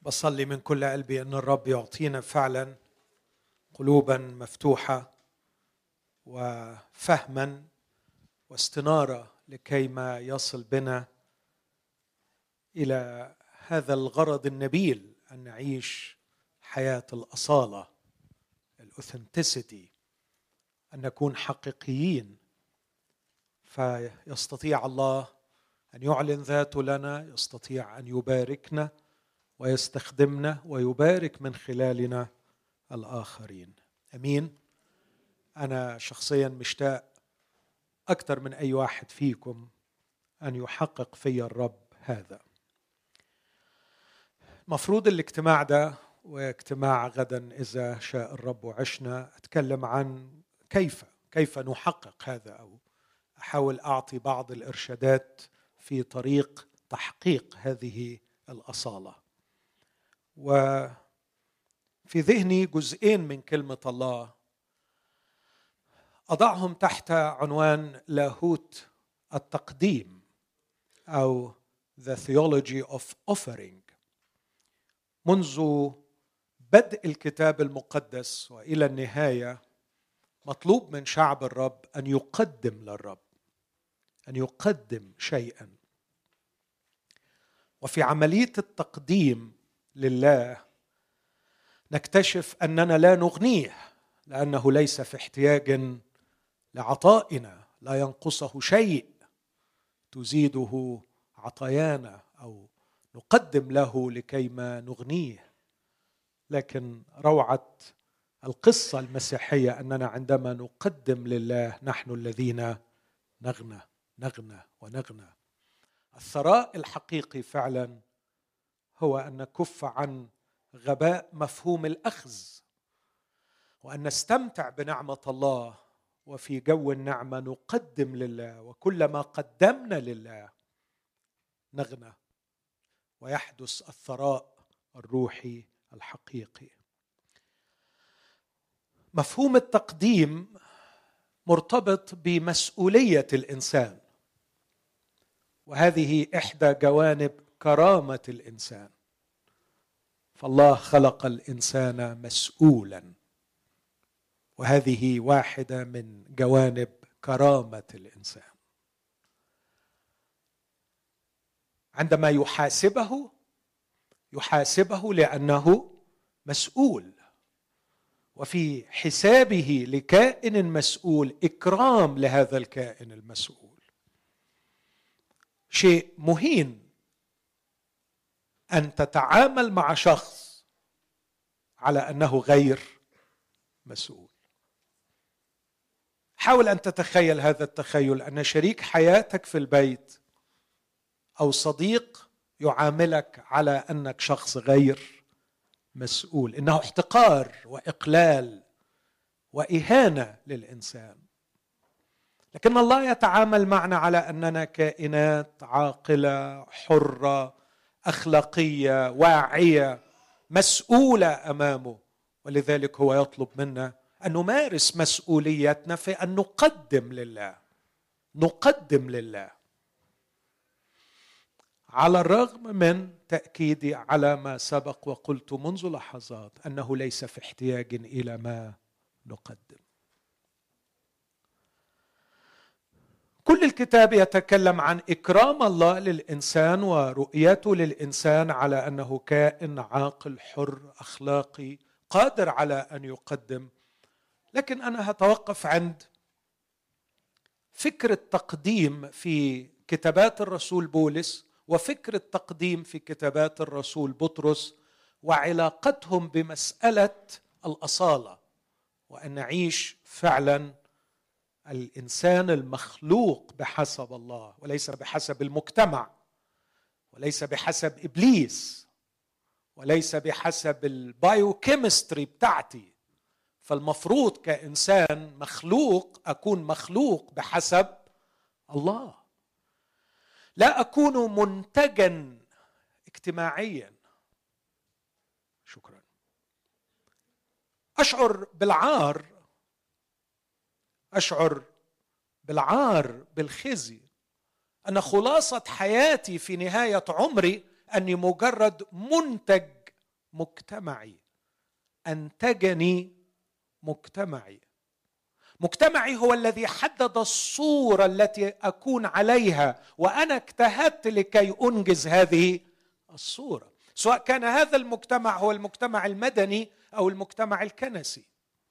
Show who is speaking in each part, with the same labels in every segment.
Speaker 1: بصلي من كل قلبي أن الرب يعطينا فعلا قلوبا مفتوحة وفهما واستنارة لكي ما يصل بنا إلى هذا الغرض النبيل أن نعيش حياة الأصالة، الأوثنتسيتي، أن نكون حقيقيين، فيستطيع الله أن يعلن ذاته لنا، يستطيع أن يباركنا ويستخدمنا ويبارك من خلالنا الآخرين. أمين. أنا شخصيا مشتاق أكثر من أي واحد فيكم أن يحقق في الرب هذا. مفروض الاجتماع ده واجتماع غدا إذا شاء الرب وعشنا أتكلم عن كيف نحقق هذا، أو أحاول أعطي بعض الإرشادات في طريق تحقيق هذه الأصالة. وفي ذهني جزئين من كلمة الله أضعهم تحت عنوان لاهوت التقديم أو The Theology of Offering. منذ بدء الكتاب المقدس وإلى النهاية مطلوب من شعب الرب أن يقدم للرب، أن يقدم شيئا. وفي عملية التقديم لله نكتشف أننا لا نغنيه، لأنه ليس في احتياج لعطائنا، لا ينقصه شيء تزيده عطايانا أو نقدم له لكي ما نغنيه. لكن روعة القصة المسيحية أننا عندما نقدم لله نحن الذين نغنى ونغنى. الثراء الحقيقي فعلا هو أن نكف عن غباء مفهوم الأخذ، وأن نستمتع بنعمة الله، وفي جو النعمة نقدم لله، وكلما قدمنا لله نغنى ويحدث الثراء الروحي الحقيقي. مفهوم التقديم مرتبط بمسؤولية الإنسان، وهذه إحدى جوانب كرامة الإنسان. فالله خلق الإنسان مسؤولا، وهذه واحدة من جوانب كرامة الإنسان. عندما يحاسبه لأنه مسؤول، وفي حسابه لكائن مسؤول إكرام لهذا الكائن المسؤول. شيء مهين أن تتعامل مع شخص على أنه غير مسؤول. حاول أن تتخيل هذا التخيل، أن شريك حياتك في البيت أو صديق يعاملك على أنك شخص غير مسؤول. إنه احتقار وإقلال وإهانة للإنسان. لكن الله يتعامل معنا على أننا كائنات عاقلة، حرة، أخلاقية، واعية، مسؤولة أمامه. ولذلك هو يطلب منا أن نمارس مسؤوليتنا في أن نقدم لله، على الرغم من تأكيدي على ما سبق وقلت منذ لحظات أنه ليس في احتياج إلى ما نقدم. كل الكتاب يتكلم عن إكرام الله للإنسان ورؤيته للإنسان على أنه كائن عاقل، حر، أخلاقي، قادر على أن يقدم. لكن أنا هتوقف عند فكرة تقديم في كتابات الرسول بولس وفكرة تقديم في كتابات الرسول بطرس، وعلاقتهم بمسألة الأصالة، وأن نعيش فعلا الإنسان المخلوق بحسب الله، وليس بحسب المجتمع، وليس بحسب إبليس، وليس بحسب البايوكيمستري بتاعتي. فالمفروض كإنسان مخلوق أكون مخلوق بحسب الله، لا أكون منتجا اجتماعيا. شكرا. أشعر بالعار، بالخزي، أن خلاصة حياتي في نهاية عمري أني مجرد منتج مجتمعي، أنتجني مجتمعي. مجتمعي هو الذي حدد الصورة التي أكون عليها، وأنا اجتهدت لكي أنجز هذه الصورة، سواء كان هذا المجتمع هو المجتمع المدني أو المجتمع الكنسي.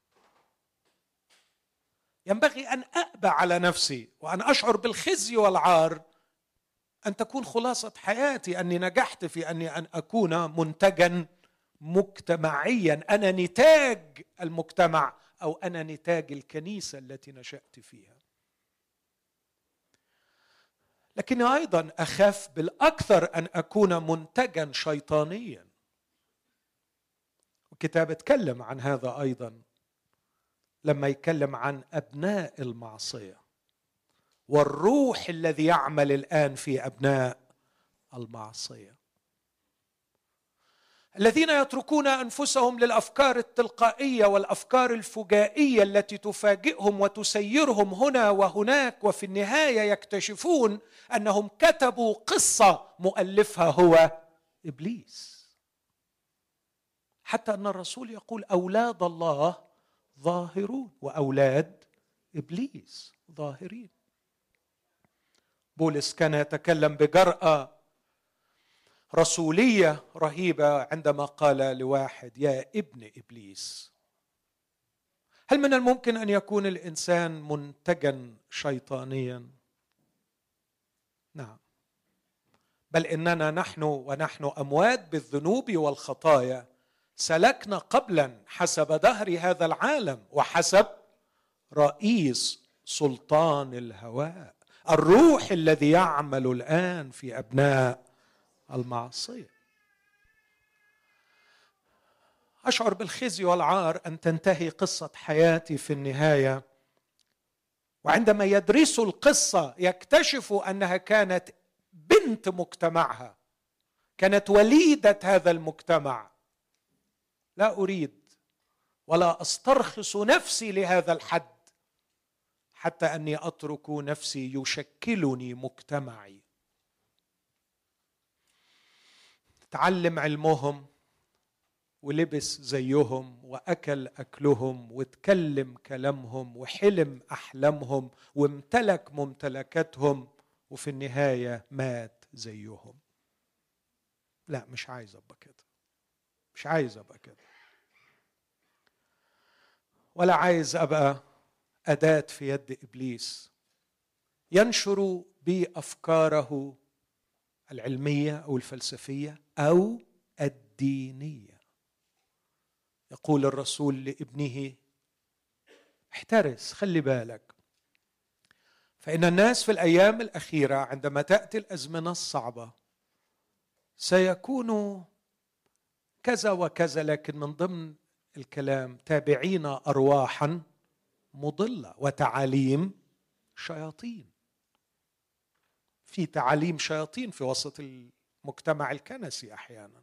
Speaker 1: ينبغي أن أأبى على نفسي وأن أشعر بالخزي والعار أن تكون خلاصة حياتي أني نجحت في أن أكون منتجا مجتمعيا. أنا نتاج المجتمع أو أنا نتاج الكنيسة التي نشأت فيها. لكن أيضا أخاف بالأكثر أن أكون منتجا شيطانيا، والكتاب اتكلم عن هذا أيضا لما يتكلم عن أبناء المعصية والروح الذي يعمل الآن في أبناء المعصية، الذين يتركون أنفسهم للأفكار التلقائية والأفكار الفجائية التي تفاجئهم وتسيرهم هنا وهناك، وفي النهاية يكتشفون أنهم كتبوا قصة مؤلفها هو إبليس. حتى أن الرسول يقول أولاد الله ظاهرون وأولاد إبليس ظاهرين. بولس كان يتكلم بجرأة رسولية رهيبة عندما قال لواحد يا ابن إبليس. هل من الممكن أن يكون الإنسان منتجا شيطانيا؟ نعم، بل إننا ونحن أموات بالذنوب والخطايا سلكنا قبلا حسب دهر هذا العالم وحسب رئيس سلطان الهواء، الروح الذي يعمل الآن في أبناء المعصية. أشعر بالخزي والعار أن تنتهي قصة حياتي في النهاية، وعندما يدرسوا القصة يكتشفوا أنها كانت بنت مجتمعها، كانت وليدة هذا المجتمع. لا أريد ولا أسترخص نفسي لهذا الحد حتى أني أترك نفسي يشكلني مجتمعي. تعلم علمهم ولبس زيهم وأكل أكلهم وتكلم كلامهم وحلم أحلامهم وامتلك ممتلكاتهم، وفي النهاية مات زيهم. لا، مش عايز أبقى كده، مش عايز أبقى كده، ولا عايز أبقى أداة في يد إبليس ينشر بي أفكاره العلمية أو الفلسفية أو الدينية. يقول الرسول لابنه احترس، خلي بالك، فإن الناس في الأيام الأخيرة عندما تأتي الأزمنة الصعبة سيكونوا كذا وكذا، لكن من ضمن الكلام تابعين أرواحا مضلة وتعاليم شياطين. في تعاليم شياطين في وسط المجتمع الكنسي أحيانا.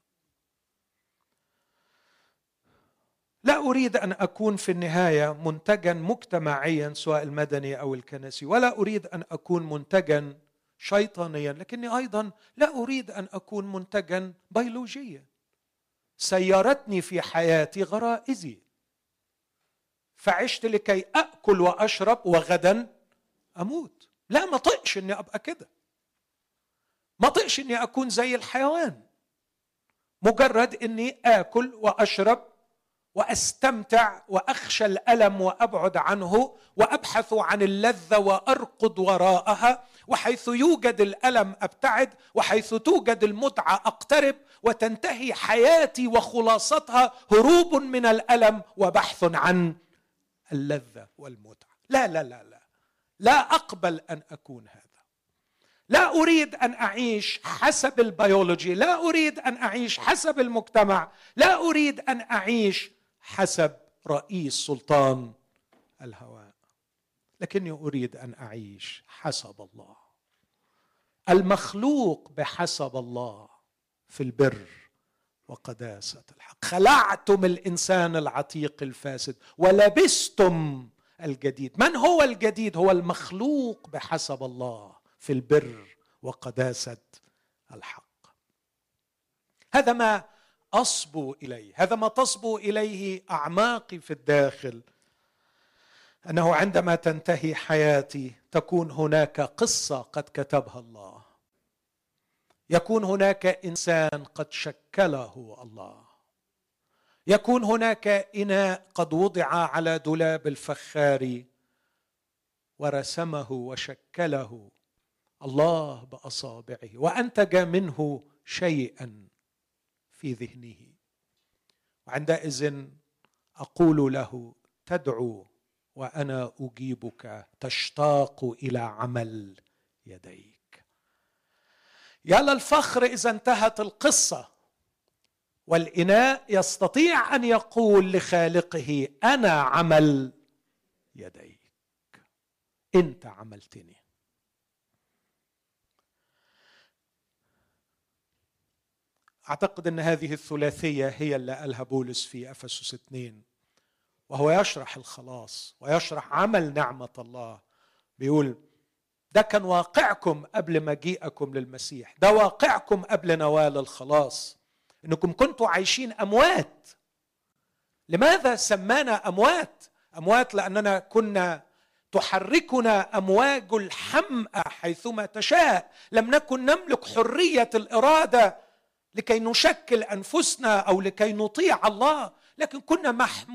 Speaker 1: لا أريد أن أكون في النهاية منتجا مجتمعيا سواء المدني أو الكنسي، ولا أريد أن أكون منتجا شيطانيا، لكني أيضا لا أريد أن أكون منتجا بيولوجيا. سيرتني في حياتي غرائزي، فعشت لكي أكل وأشرب وغدا أموت. لا، ما طقش أني أبقى كده، ما طقش أني أكون زي الحيوان، مجرد أني أكل وأشرب وأستمتع وأخشى الألم وأبعد عنه وأبحث عن اللذة وأركض وراءها، وحيث يوجد الألم أبتعد وحيث توجد المتعة أقترب، وتنتهي حياتي وخلاصتها هروب من الألم وبحث عن اللذة والمتعة. لا لا لا لا، لا أقبل أن أكون هذا. لا أريد أن أعيش حسب البيولوجي، لا أريد أن أعيش حسب المجتمع، لا أريد أن أعيش حسب رئيس سلطان الهواء، لكني أريد أن أعيش حسب الله، المخلوق بحسب الله في البر وقداسة الحق. خلعتم الإنسان العتيق الفاسد ولبستم الجديد. من هو الجديد؟ هو المخلوق بحسب الله في البر وقداسة الحق. هذا ما أصبو إليه، هذا ما تصبو إليه أعماقي في الداخل، أنه عندما تنتهي حياتي تكون هناك قصة قد كتبها الله، يكون هناك إنسان قد شكله الله، يكون هناك إناء قد وضع على دولاب الفخار ورسمه وشكله الله بأصابعه وأنتج منه شيئا في ذهنه. وعندئذ أقول له: تدعو وأنا أجيبك، تشتاق إلى عمل يديك. يا للفخر إذا انتهت القصة والإناء يستطيع أن يقول لخالقه: أنا عمل يديك، أنت عملتني. أعتقد أن هذه الثلاثية هي اللي قالها بولس في أفسس 2 وهو يشرح الخلاص ويشرح عمل نعمة الله. بيقول: ده كان واقعكم قبل مجيئكم للمسيح، ده واقعكم قبل نوال الخلاص، إنكم كنتوا عايشين أموات. لماذا سمانا أموات؟ أموات لأننا كنا تحركنا أمواج الحمأة حيثما تشاء، لم نكن نملك حرية الإرادة لكي نشكل أنفسنا أو لكي نطيع الله، لكن كنا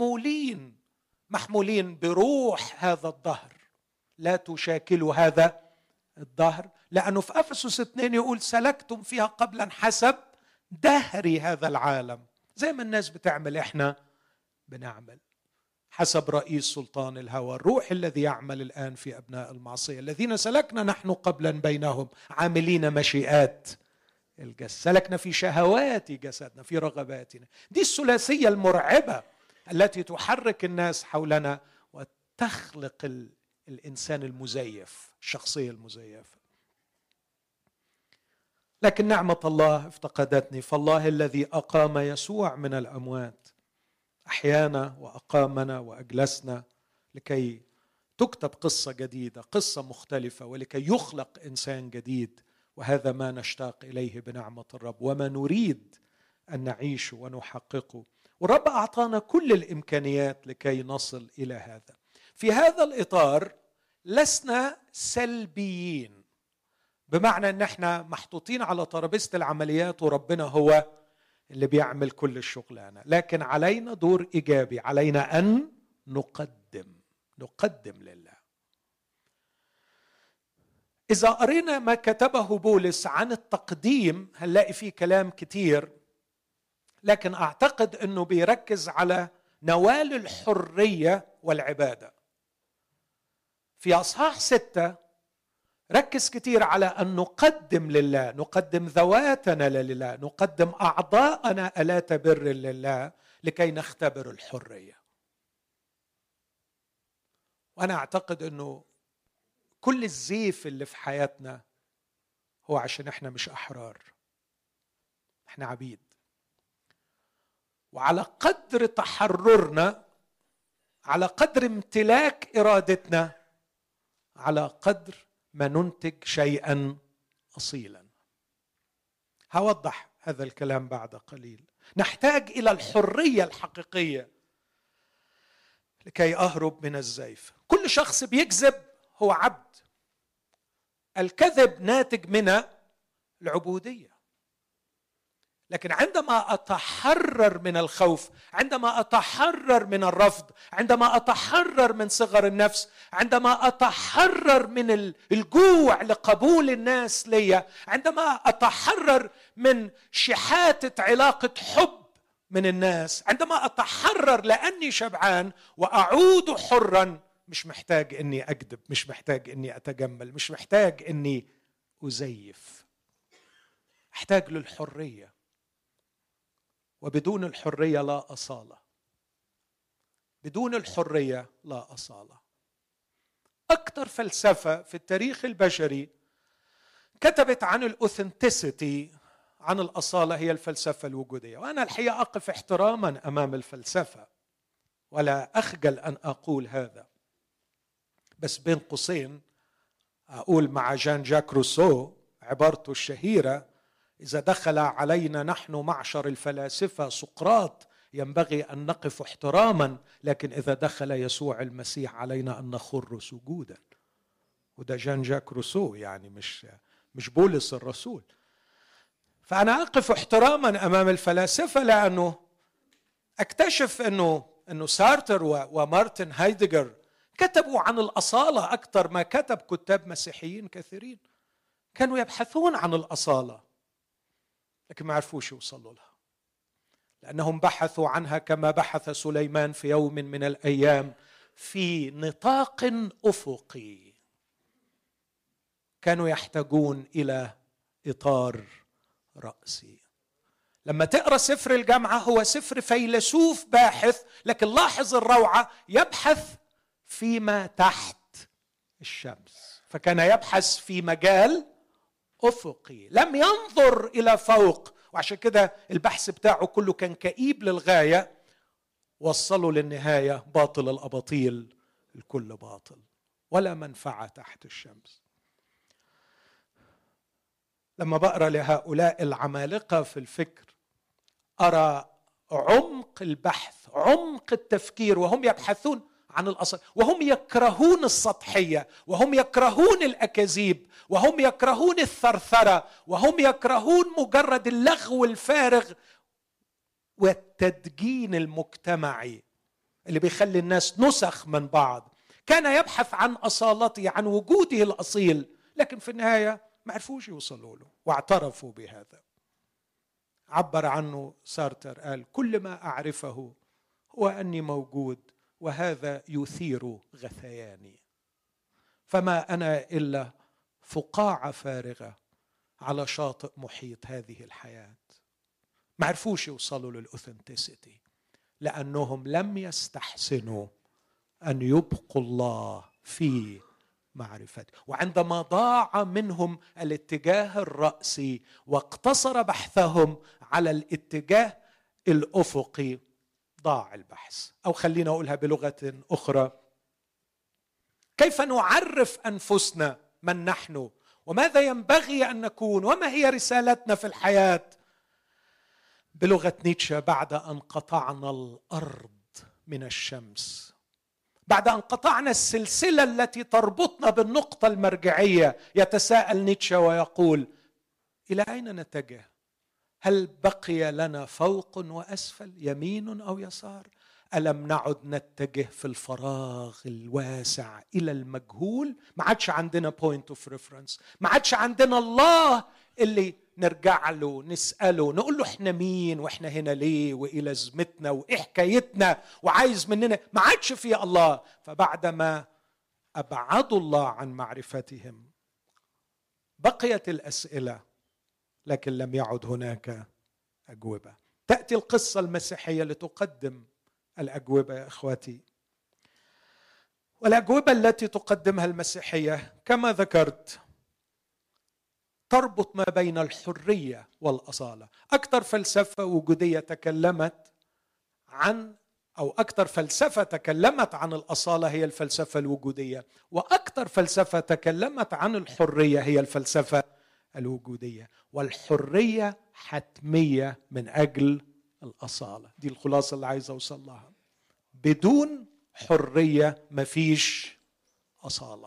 Speaker 1: محمولين بروح هذا الدهر لا تشاكل هذا الدهر، لأنه في أفسس 2 يقول: سلكتم فيها قبلا حسب دهر هذا العالم. زي ما الناس بتعمل احنا بنعمل حسب رئيس سلطان الهوى، الروح الذي يعمل الآن في أبناء المعصية الذين سلكنا نحن قبلا بينهم عاملين مشيئات الجسد، سلكنا في شهوات جسدنا في رغباتنا. دي الثلاثية المرعبة التي تحرك الناس حولنا وتخلق الإنسان المزيف، الشخصية المزيفة. لكن نعمة الله افتقدتني، فالله الذي أقام يسوع من الأموات أحيانا وأقامنا وأجلسنا لكي تكتب قصة جديدة، قصة مختلفة، ولكي يخلق إنسان جديد. وهذا ما نشتاق إليه بنعمة الرب وما نريد أن نعيشه ونحققه. والرب أعطانا كل الإمكانيات لكي نصل إلى هذا. في هذا الإطار لسنا سلبيين، بمعنى أن احنا محطوطين على ترابيزة العمليات وربنا هو اللي بيعمل كل الشغلانة، لكن علينا دور إيجابي، علينا أن نقدم لله. إذا قرينا ما كتبه بولس عن التقديم هنلاقي فيه كلام كتير، لكن أعتقد أنه بيركز على نوال الحرية والعبادة. في أصحاح 6 ركز كتير على أن نقدم لله، نقدم ذواتنا لله، نقدم أعضاءنا آلات بر لله لكي نختبر الحرية. وأنا أعتقد أنه كل الزيف اللي في حياتنا هو عشان احنا مش أحرار، احنا عبيد. وعلى قدر تحررنا، على قدر امتلاك إرادتنا، على قدر ما ننتج شيئا أصيلا. هوضح هذا الكلام بعد قليل. نحتاج إلى الحرية الحقيقية لكي أهرب من الزيف. كل شخص بيكذب هو عبد. الكذب ناتج من العبودية. لكن عندما أتحرر من الخوف، عندما أتحرر من الرفض، عندما أتحرر من صغر النفس، عندما أتحرر من الجوع لقبول الناس لي، عندما أتحرر من شحاتة علاقة حب من الناس، عندما أتحرر لأني شبعان وأعود حرا، مش محتاج أني أكذب، مش محتاج أني أتجمل، مش محتاج أني أزيف. أحتاج للحرية، وبدون الحرية لا أصالة. بدون الحرية لا أصالة. أكثر فلسفة في التاريخ البشري كتبت عن الأوثنتيسيتي، عن الأصالة، هي الفلسفة الوجودية. وأنا الحقيقة أقف احتراما أمام الفلسفة ولا أخجل أن أقول هذا، بس بين قوسين أقول مع جان جاك روسو عبارته الشهيرة: إذا دخل علينا نحن معشر الفلاسفة سقراط ينبغي أن نقف احتراما، لكن إذا دخل يسوع المسيح علينا أن نخر سجودا. وده جان جاك روسو، يعني مش بولس الرسول. فأنا أقف احتراما أمام الفلاسفة، لأنه أكتشف أنه سارتر ومارتن هايدغر كتبوا عن الأصالة أكثر ما كتب كتاب مسيحيين كثيرين. كانوا يبحثون عن الأصالة لكن ما عرفوش يوصلوا لها، لأنهم بحثوا عنها كما بحث سليمان في يوم من الأيام في نطاق أفقي. كانوا يحتاجون إلى إطار رأسي. لما تقرأ سفر الجامعة هو سفر فيلسوف باحث، لكن لاحظ الروعة، يبحث فيما تحت الشمس. فكان يبحث في مجال أفقي، لم ينظر إلى فوق. وعشان كده البحث بتاعه كله كان كئيب للغاية. وصلوا للنهاية باطل الأباطيل، الكل باطل ولا منفعة تحت الشمس. لما بقرأ لهؤلاء العمالقة في الفكر أرى عمق البحث، عمق التفكير، وهم يبحثون عن الأصل، وهم يكرهون السطحية، وهم يكرهون الأكاذيب، وهم يكرهون الثرثرة، وهم يكرهون مجرد اللغو الفارغ والتدجين المجتمعي اللي بيخلي الناس نسخ من بعض. كان يبحث عن أصالته، عن وجوده الأصيل، لكن في النهاية ما عرفوش يوصلوا له واعترفوا بهذا. عبر عنه سارتر، قال: كل ما أعرفه هو أني موجود، وهذا يثير غثياني، فما أنا إلا فقاعة فارغة على شاطئ محيط هذه الحياة. ما عرفوش يوصلوا للأوثنتيسيتي لأنهم لم يستحسنوا أن يبقوا الله في معرفته. وعندما ضاع منهم الاتجاه الرأسي واقتصر بحثهم على الاتجاه الأفقي، ضاع البحث. أو خلينا أقولها بلغة أخرى، كيف نعرف أنفسنا من نحن وماذا ينبغي أن نكون وما هي رسالتنا في الحياة؟ بلغة نيتشه، بعد أن قطعنا الأرض من الشمس، بعد أن قطعنا السلسلة التي تربطنا بالنقطة المرجعية، يتساءل نيتشه ويقول: إلى أين نتجه؟ هل بقي لنا فوق وأسفل، يمين أو يسار؟ ألم نعد نتجه في الفراغ الواسع إلى المجهول؟ ما عادش عندنا point of reference، ما عادش عندنا الله اللي نرجع له نسأله نقول له احنا مين واحنا هنا ليه وايه لازمتنا وايه حكايتنا وعايز مننا. ما عادش في الله. فبعدما أبعدوا الله عن معرفتهم بقيت الأسئلة، لكن لم يعد هناك أجوبة. تأتي القصة المسيحية لتقدم الأجوبة يا إخواتي. والأجوبة التي تقدمها المسيحية كما ذكرت تربط ما بين الحرية والأصالة. أكثر فلسفة وجودية تكلمت عن، أو أكثر فلسفة تكلمت عن الأصالة هي الفلسفة الوجودية، وأكثر فلسفة تكلمت عن الحرية هي الفلسفة الوجودية. والحرية حتمية من أجل الأصالة. دي الخلاصة اللي عايز أوصل لها. بدون حرية مفيش أصالة.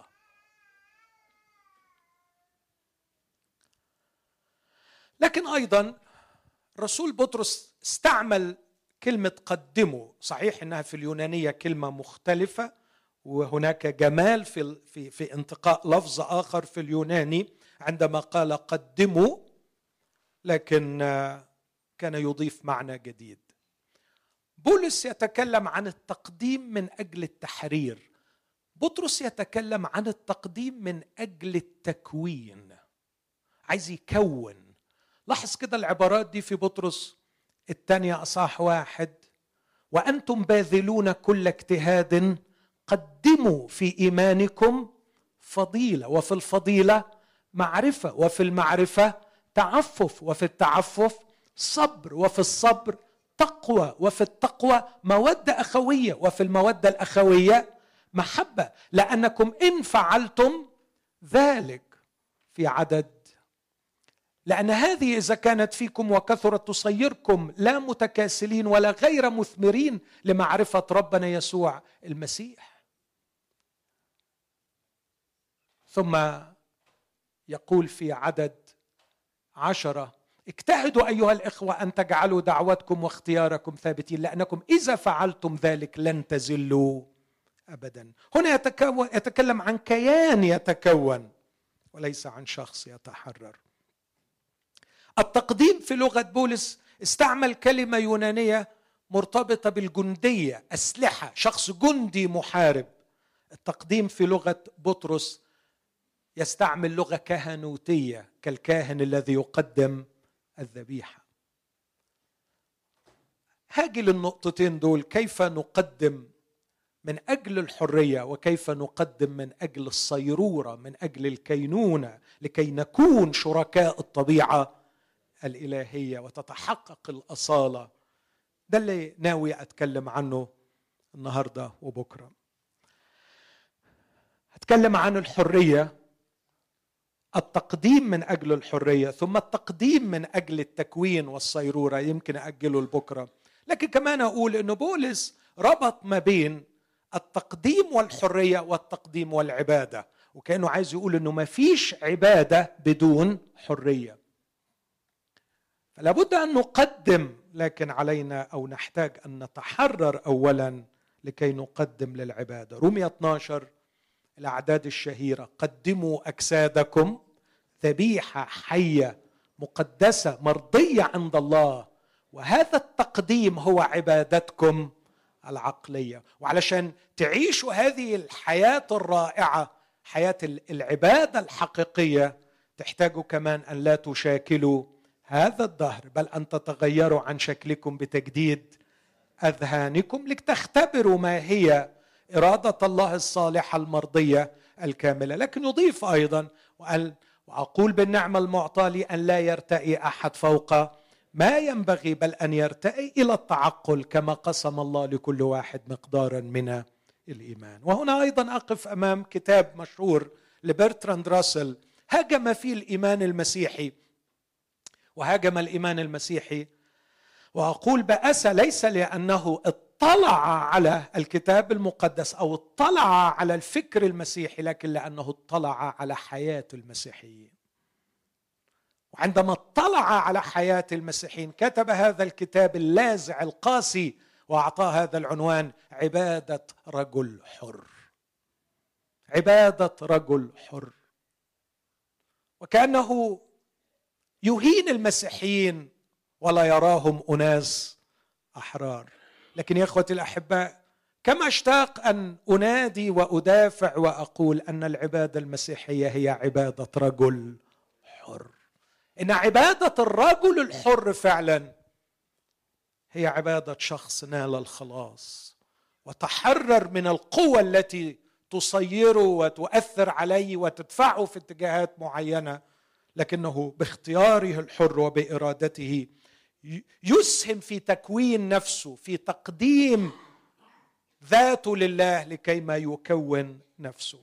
Speaker 1: لكن أيضا الرسول بطرس استعمل كلمة قدموا. صحيح أنها في اليونانية كلمة مختلفة، وهناك جمال في انتقاء لفظ آخر في اليوناني عندما قال قدموا، لكن كان يضيف معنى جديد. بولس يتكلم عن التقديم من أجل التحرير، بطرس يتكلم عن التقديم من أجل التكوين. عايز يكون. لاحظ كده العبارات دي في بطرس الثانية أصحاح 1: وأنتم باذلون كل اجتهاد قدموا في إيمانكم فضيلة، وفي الفضيلة معرفة، وفي المعرفة تعفف، وفي التعفف صبر، وفي الصبر تقوى، وفي التقوى مودة أخوية، وفي المودة الأخوية محبة، لأنكم إن فعلتم ذلك في عدد لأن هذه إذا كانت فيكم وكثرت تصيركم لا متكاسلين ولا غير مثمرين لمعرفة ربنا يسوع المسيح. ثم يقول في عدد 10: اجتهدوا أيها الإخوة أن تجعلوا دعوتكم واختياركم ثابتين، لأنكم إذا فعلتم ذلك لن تزلوا أبدا. هنا يتكلم عن كيان يتكون وليس عن شخص يتحرر. التقديم في لغة بولس استعمل كلمة يونانية مرتبطة بالجندية، أسلحة، شخص جندي محارب. التقديم في لغة بطرس يستعمل لغة كهنوتية، كالكاهن الذي يقدم الذبيحة. هاجي للنقطتين دول، كيف نقدم من أجل الحرية وكيف نقدم من أجل الصيرورة، من أجل الكينونة، لكي نكون شركاء الطبيعة الإلهية وتتحقق الأصالة. ده اللي ناوي أتكلم عنه النهاردة وبكرة. أتكلم عن الحرية، التقديم من أجل الحرية، ثم التقديم من أجل التكوين والصيرورة، يمكن أجله لبكرة. لكن كمان أقول أن بولس ربط ما بين التقديم والحرية والتقديم والعبادة، وكأنه عايز يقول أنه ما فيش عبادة بدون حرية. فلا بد أن نقدم، لكن علينا أو نحتاج أن نتحرر أولا لكي نقدم للعبادة. رومية 12 الأعداد الشهيرة: قدموا أجسادكم ذبيحة حية مقدسة مرضية عند الله، وهذا التقديم هو عبادتكم العقلية. وعلشان تعيشوا هذه الحياة الرائعة، حياة العبادة الحقيقية، تحتاجوا كمان أن لا تشاكلوا هذا الدهر، بل أن تتغيروا عن شكلكم بتجديد أذهانكم لتختبروا ما هي إرادة الله الصالحة المرضية الكاملة. لكن يضيف أيضا: وأقول بالنعمة المعطاة لي أن لا يرتئي أحد فوق ما ينبغي، بل أن يرتئي إلى التعقل كما قسم الله لكل واحد مقدارا من الإيمان. وهنا أيضا أقف أمام كتاب مشهور لبرتراند راسل هاجم فيه الإيمان المسيحي، وهاجم الإيمان المسيحي وأقول بأسى، ليس لأنه اطلع على الكتاب المقدس أو اطلع على الفكر المسيحي، لكن لأنه اطلع على حياة المسيحيين. وعندما اطلع على حياة المسيحيين كتب هذا الكتاب اللاذع القاسي وأعطاه هذا العنوان: عبادة رجل حر. عبادة رجل حر. وكأنه يهين المسيحيين ولا يراهم أناس أحرار. لكن يا أخوتي الأحباء، كما اشتاق أن أنادي وأدافع وأقول أن العبادة المسيحية هي عبادة رجل حر، إن عبادة الرجل الحر فعلا هي عبادة شخص نال الخلاص وتحرر من القوة التي تصيره وتؤثر عليه وتدفعه في اتجاهات معينة، لكنه باختياره الحر وبإرادته يسهم في تكوين نفسه، في تقديم ذاته لله لكي ما يكون نفسه.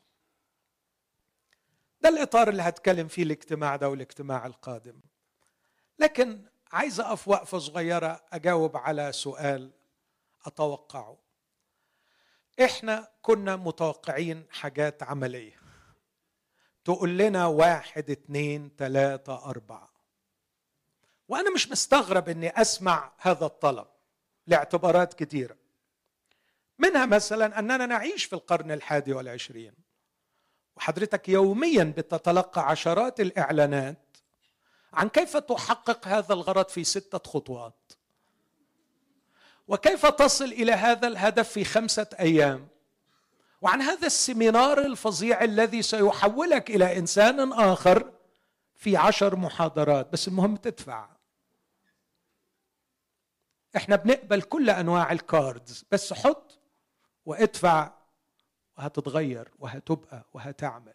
Speaker 1: ده الإطار اللي هتكلم فيه الاجتماع ده والاجتماع القادم. لكن عايز أقف وقفة صغيرة أجاوب على سؤال أتوقعه. إحنا كنا متوقعين حاجات عملية تقول لنا 1 2 3 4، وأنا مش مستغرب أني أسمع هذا الطلب لاعتبارات كثيرة، منها مثلا أننا نعيش في القرن 21 وحضرتك يوميا بتتلقى عشرات الإعلانات عن كيف تحقق هذا الغرض في 6 خطوات، وكيف تصل إلى هذا الهدف في 5 أيام، وعن هذا السيمينار الفظيع الذي سيحولك إلى إنسان آخر في 10 محاضرات، بس المهم تدفع. احنا بنقبل كل أنواع الكاردز، بس حط وادفع وهتتغير وهتبقى وهتعمل.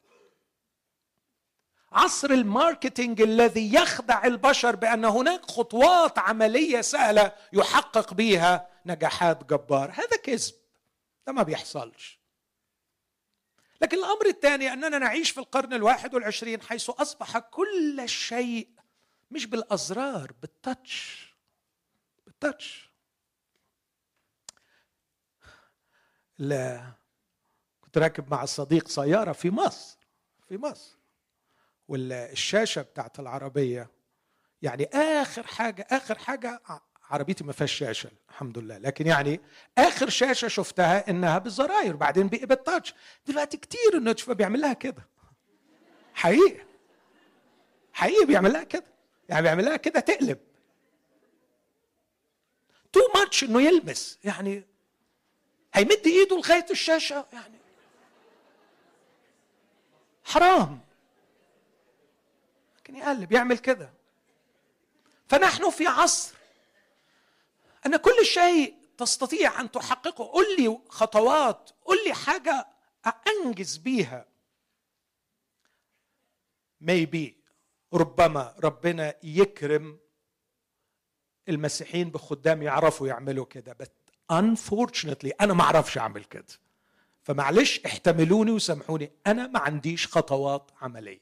Speaker 1: عصر الماركتينج الذي يخدع البشر بأن هناك خطوات عملية سهلة يحقق بها نجاحات جبار، هذا كذب، ده ما بيحصلش. لكن الأمر الثاني أننا نعيش في القرن 21 حيث أصبح كل شيء مش بالأزرار، بالتاتش. لا، كنت راكب مع صديق سيارة في مصر والشاشة بتاعت العربية، يعني آخر حاجة عربيتي ما فيهاش شاشة الحمد لله، لكن يعني آخر شاشة شفتها إنها بالزراير، بعدين بقى بالتاتش. دلوقتي كتير إنه تشوف بيعمل لها كده، حقيقي بيعمل لها كده، يعني بيعمل لها كده تقلب تو ماتش إنه يلمس، يعني هيمد إيده لغاية الشاشة، يعني حرام، لكن يقلب يعمل كده. فنحن في عصر أن كل شيء تستطيع أن تحققه. قل لي خطوات، قل لي حاجة أنجز بيها. maybe ربما ربنا يكرم المسيحيين بخدام يعرفوا يعملوا كده، but unfortunately أنا ما أعرفش أعمل كده، فمعلش احتملوني وسامحوني، أنا ما عنديش خطوات عملية.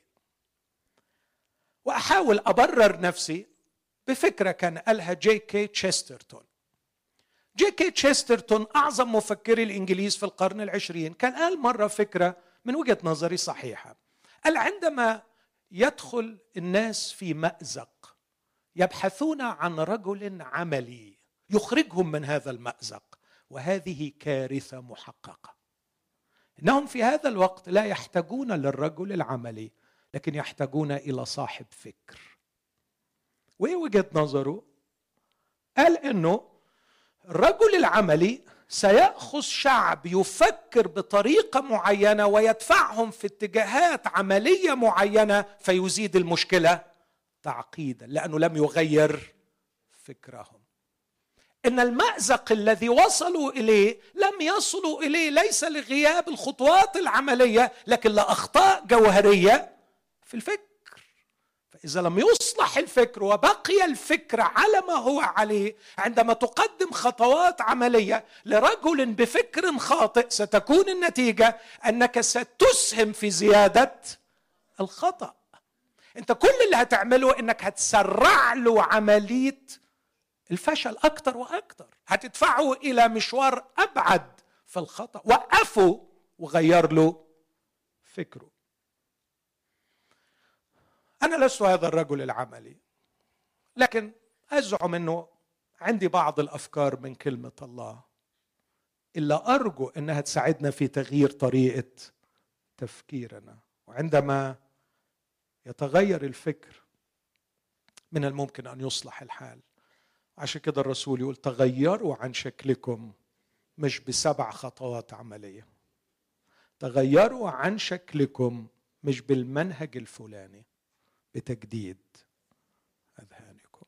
Speaker 1: وأحاول أبرر نفسي بفكرة كان قالها جي كي تشسترتون. جي كي تشسترتون أعظم مفكري الإنجليز في القرن العشرين، كان قال مرة فكرة من وجهة نظري صحيحة. قال عندما يدخل الناس في مأزق يبحثون عن رجل عملي يخرجهم من هذا المأزق، وهذه كارثة محققة. إنهم في هذا الوقت لا يحتاجون للرجل العملي، لكن يحتاجون إلى صاحب فكر. وإيه وجهة نظره؟ قال إنه الرجل العملي سيأخذ شعب يفكر بطريقة معينة ويدفعهم في اتجاهات عملية معينة، فيزيد المشكلة تعقيدا لأنه لم يغير فكرهم. إن المأزق الذي وصلوا إليه لم يصلوا إليه ليس لغياب الخطوات العملية، لكن لأخطاء جوهرية في الفكر. فإذا لم يصلح الفكر وبقي الفكر على ما هو عليه، عندما تقدم خطوات عملية لرجل بفكر خاطئ ستكون النتيجة أنك ستسهم في زيادة الخطأ. أنت كل اللي هتعمله أنك هتسرع له عملية الفشل أكتر وأكتر، هتدفعه إلى مشوار أبعد في الخطأ. وقفه وغير له فكره. أنا لست هذا الرجل العملي، لكن أزعم أنه عندي بعض الأفكار من كلمة الله إلا أرجو أنها تساعدنا في تغيير طريقة تفكيرنا. وعندما يتغير الفكر من الممكن أن يصلح الحال. عشان كده الرسول يقول تغيروا عن شكلكم، مش ب7 خطوات عملية. تغيروا عن شكلكم مش بالمنهج الفلاني، بتجديد أذهانكم.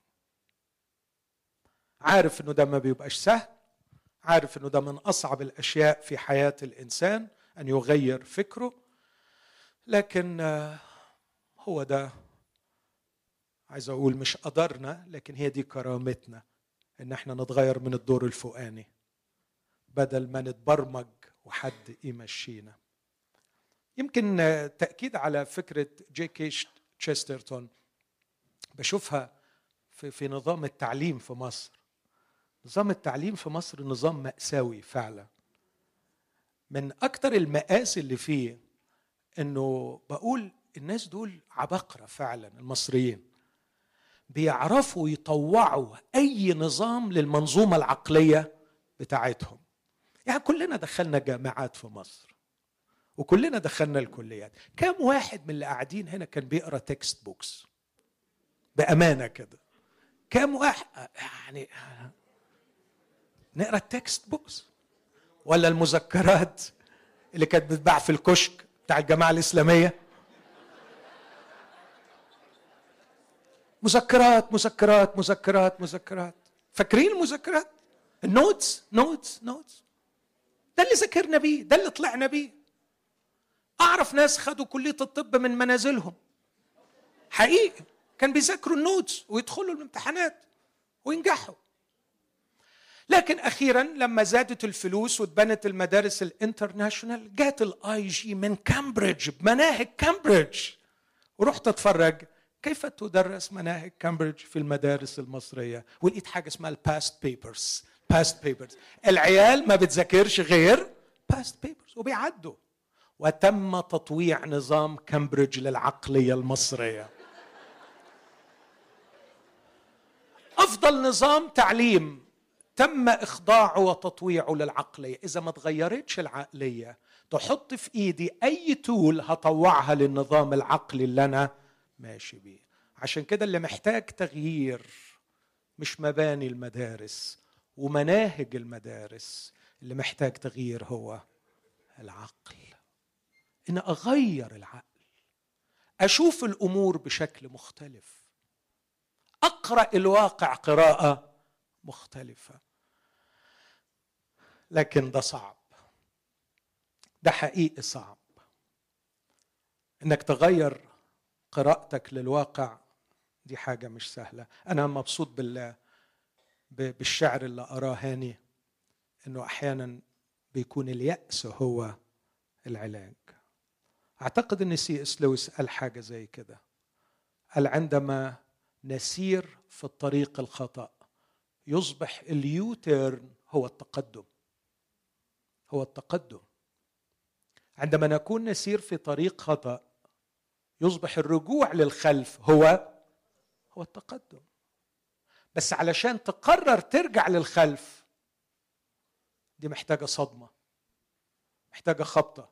Speaker 1: عارف أنه ده ما بيبقاش سهل، عارف أنه ده من أصعب الأشياء في حياة الإنسان أن يغير فكره، لكن هو ده، عايز أقول مش قدرنا، لكن هي دي كرامتنا، إن احنا نتغير من الدور الفوقاني بدل ما نتبرمج وحد يمشينا. يمكن تأكيد على فكرة جي كي تشسترتون بشوفها في نظام التعليم في مصر. نظام التعليم في مصر نظام مأساوي فعلا. من أكتر المآسي اللي فيه إنه بقول الناس دول عبقرة فعلا، المصريين بيعرفوا يطوعوا أي نظام للمنظومة العقلية بتاعتهم. يعني كلنا دخلنا جامعات في مصر وكلنا دخلنا الكليات. كم واحد من اللي قاعدين هنا كان بيقرأ تكست بوكس بأمانة كده؟ كم واحد يعني نقرأ التكست بوكس ولا المذكرات اللي كانت بتتباع في الكشك بتاع الجماعة الإسلامية؟ مذكرات مذكرات مذكرات مذكرات. فاكرين المذكرات؟ النوتس نوتس نوتس. ده اللي ذاكرنا بيه، ده اللي طلعنا بيه. أعرف ناس خدوا كلية الطب من منازلهم حقيقي، كان بيذاكروا النوتس ويدخلوا الامتحانات وينجحوا. لكن أخيراً لما زادت الفلوس واتبنت المدارس الانترناشونال، جات الاي جي من كامبريدج بمناهج كامبريدج، ورحت اتفرج كيف تدرس مناهج كامبريدج في المدارس المصرية؟ ولقيت حاجة اسمها الباست بيبرز. باست بيبرز، العيال ما بتذاكرش غير باست بيبرز وبيعدوا. وتم تطويع نظام كامبريدج للعقلية المصرية. أفضل نظام تعليم تم إخضاعه وتطويعه للعقلية. إذا ما تغيرتش العقلية تحط في إيدي أي تول هطوعها للنظام العقلي اللي أنا ماشي بيه. عشان كده اللي محتاج تغيير مش مباني المدارس ومناهج المدارس، اللي محتاج تغيير هو العقل. إن أغير العقل، أشوف الأمور بشكل مختلف، أقرأ الواقع قراءة مختلفة. لكن ده صعب، ده حقيقي صعب. إنك تغير قراءتك للواقع دي حاجة مش سهلة. أنا مبسوط بالشعر اللي أراه هاني، إنه أحيانا بيكون اليأس هو العلاج. أعتقد أن سي اس لويس قال حاجة زي كده، قال عندما نسير في الطريق الخطأ يصبح اليوتيرن هو التقدم. هو التقدم. عندما نكون نسير في طريق خطأ يصبح الرجوع للخلف هو التقدم. بس علشان تقرر ترجع للخلف دي محتاجة صدمة، محتاجة خبطة،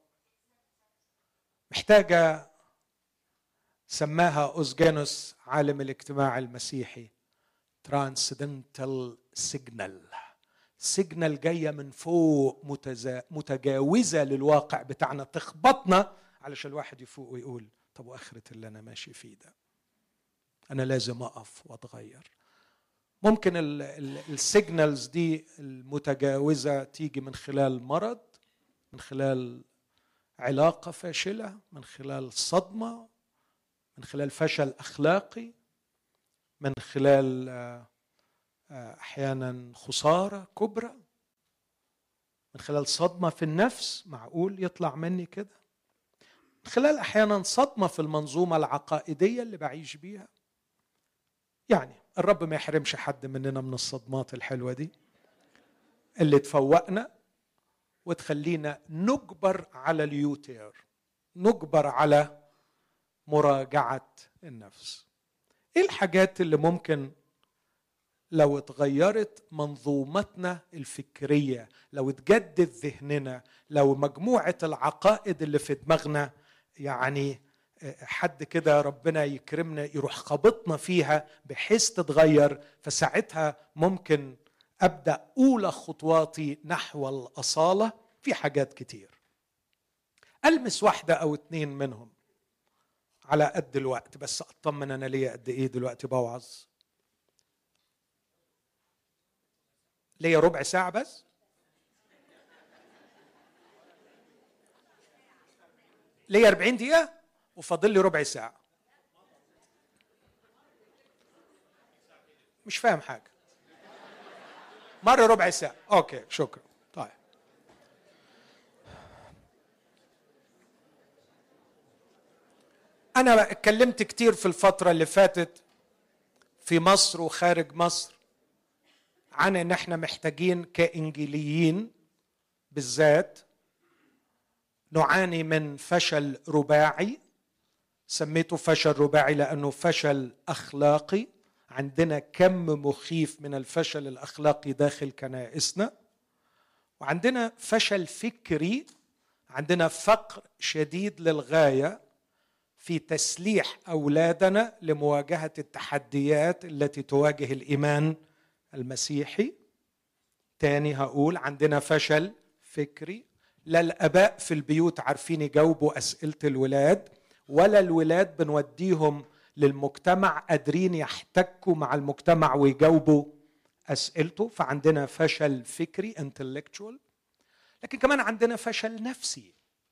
Speaker 1: محتاجة سماها أوزجانوس عالم الاجتماع المسيحي ترانسدنتال سيجنال. سيجنال جاية من فوق متجاوزة للواقع بتاعنا، تخبطنا علشان الواحد يفوق ويقول طب وآخرة اللي أنا ماشي فيه ده، أنا لازم أقف وأتغير. ممكن السيجنالز دي المتجاوزة تيجي من خلال مرض، من خلال علاقة فاشلة، من خلال صدمة، من خلال فشل أخلاقي، من خلال أحيانا خسارة كبرى، من خلال صدمة في النفس. معقول يطلع مني كده؟ من خلال أحيانا صدمة في المنظومة العقائدية اللي بعيش بيها. يعني الرب ما يحرمش حد مننا من الصدمات الحلوة دي اللي تفوقنا وتخلينا نجبر على اليوتير، نجبر على مراجعة النفس. ايه الحاجات اللي ممكن لو اتغيرت منظومتنا الفكرية، لو اتجدد ذهننا، لو مجموعة العقائد اللي في دماغنا يعني حد كده ربنا يكرمنا يروح خبطنا فيها بحيث تتغير، فساعتها ممكن أبدأ أولى خطواتي نحو الأصالة في حاجات كتير. ألمس واحدة أو اتنين منهم على قد الوقت، بس أطمن أنا ليا قد إيه دلوقتي بوعظ؟ ليا ربع ساعة بس؟ ليا 40 دقيقة وفاضل لي ربع ساعة. مش فاهم حاجة. مرة ربع ساعة. أوكي شكرا. طيب أنا اتكلمت كتير في الفترة اللي فاتت في مصر وخارج مصر عن إن احنا محتاجين كإنجيليين بالذات نعاني من فشل رباعي. سميته فشل رباعي لأنه فشل أخلاقي. عندنا كم مخيف من الفشل الأخلاقي داخل كنائسنا، وعندنا فشل فكري، عندنا فقر شديد للغاية في تسليح أولادنا لمواجهة التحديات التي تواجه الإيمان المسيحي. تاني هقول عندنا فشل فكري، لا الآباء في البيوت عارفين يجاوبوا أسئلة الولاد، ولا الولاد بنوديهم للمجتمع قادرين يحتكوا مع المجتمع ويجاوبوا أسئلته. فعندنا فشل فكري intellectual. لكن كمان عندنا فشل نفسي.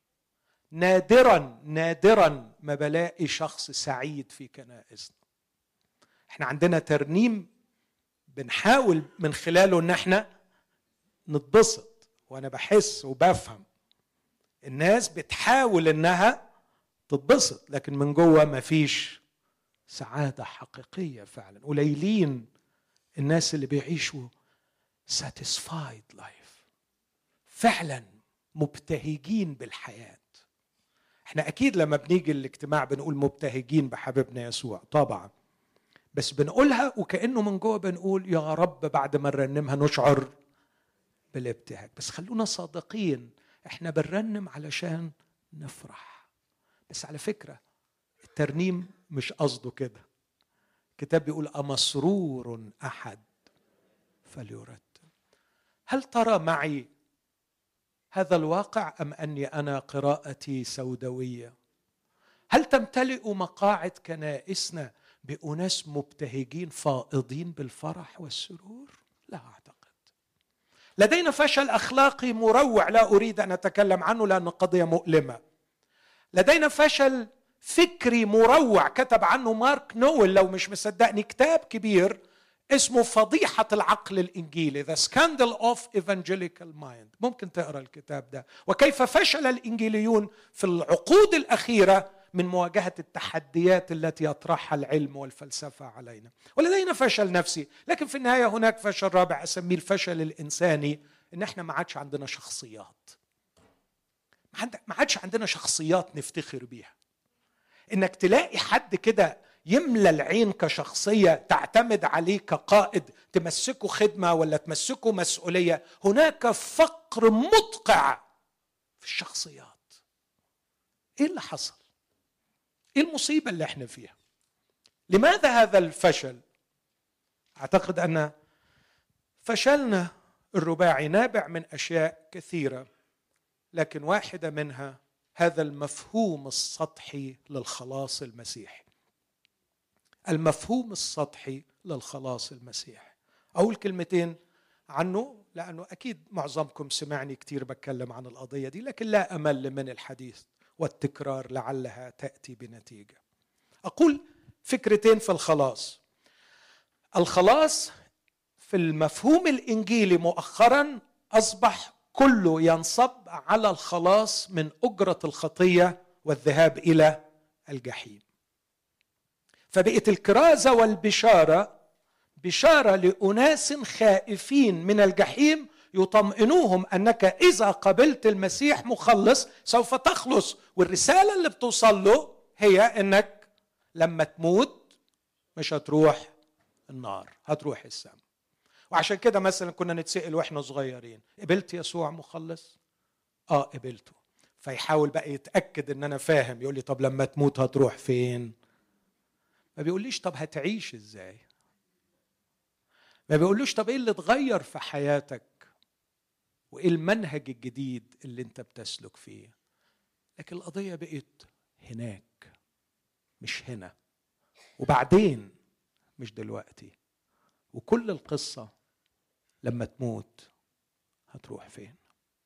Speaker 1: نادرا ما بلاقي شخص سعيد في كنائسنا. احنا عندنا ترنيم بنحاول من خلاله ان احنا نتبسط، وانا بحس وبفهم الناس بتحاول انها تتبسط، لكن من جوه مفيش سعادة حقيقية فعلا. قليلين الناس اللي بيعيشوا satisfied life، فعلا مبتهجين بالحياة. احنا اكيد لما بنيجي الاجتماع بنقول مبتهجين بحبيبنا يسوع طبعا، بس بنقولها وكأنه من جوه بنقول يا رب بعد ما نرنمها نشعر بالابتهاج. بس خلونا صادقين، احنا بنرنم علشان نفرح. بس على فكرة الترنيم مش قصده كده. الكتاب بيقول أمسرور أحد فليرتل. هل ترى معي هذا الواقع أم أني أنا قراءتي سوداوية؟ هل تمتلئ مقاعد كنائسنا بأناس مبتهجين فائضين بالفرح والسرور؟ لا أعتقد. لدينا فشل أخلاقي مروع لا أريد أن أتكلم عنه لأنه قضية مؤلمة. لدينا فشل فكري مروع كتب عنه مارك نويل، لو مش مصدقني، كتاب كبير اسمه فضيحة العقل الإنجيلي، The Scandal of Evangelical Mind. ممكن تقرأ الكتاب ده، وكيف فشل الإنجيليون في العقود الأخيرة من مواجهة التحديات التي يطرحها العلم والفلسفة علينا. ولدينا فشل نفسي، لكن في النهاية هناك فشل رابع أسميه الفشل الإنساني، إن إحنا ما عادش عندنا شخصيات. ما عادش عندنا شخصيات نفتخر بيها. إنك تلاقي حد كده يملى العين كشخصية تعتمد عليه كقائد، تمسكه خدمة ولا تمسكه مسؤولية. هناك فقر مدقع في الشخصيات. إيه اللي حصل؟ إيه المصيبة اللي احنا فيها؟ لماذا هذا الفشل؟ أعتقد أن فشلنا الرباعي نابع من أشياء كثيرة، لكن واحدة منها هذا المفهوم السطحي للخلاص المسيحي. المفهوم السطحي للخلاص المسيحي. أقول كلمتين عنه لأنه أكيد معظمكم سمعني كتير بتكلم عن القضية دي، لكن لا أمل من الحديث والتكرار لعلها تأتي بنتيجة. أقول فكرتين في الخلاص. الخلاص في المفهوم الإنجيلي مؤخرا أصبح كله ينصب على الخلاص من أجرة الخطية والذهاب إلى الجحيم. فبقت الكرازة والبشارة بشارة لأناس خائفين من الجحيم، يطمئنوهم أنك إذا قبلت المسيح مخلص سوف تخلص. والرسالة اللي بتوصل له هي أنك لما تموت مش هتروح النار، هتروح السماء. وعشان كده مثلا كنا نتسأل وإحنا صغيرين، قبلت يسوع مخلص؟ قبلته. فيحاول بقى يتأكد أن أنا فاهم، يقول لي طب لما تموت هتروح فين؟ ما بيقوليش طب هتعيش إزاي؟ ما بيقولوش طب إيه اللي اتغير في حياتك وإيه المنهج الجديد اللي أنت بتسلك فيه. لكن القضية بقت هناك مش هنا، وبعدين مش دلوقتي. وكل القصة لما تموت هتروح فين.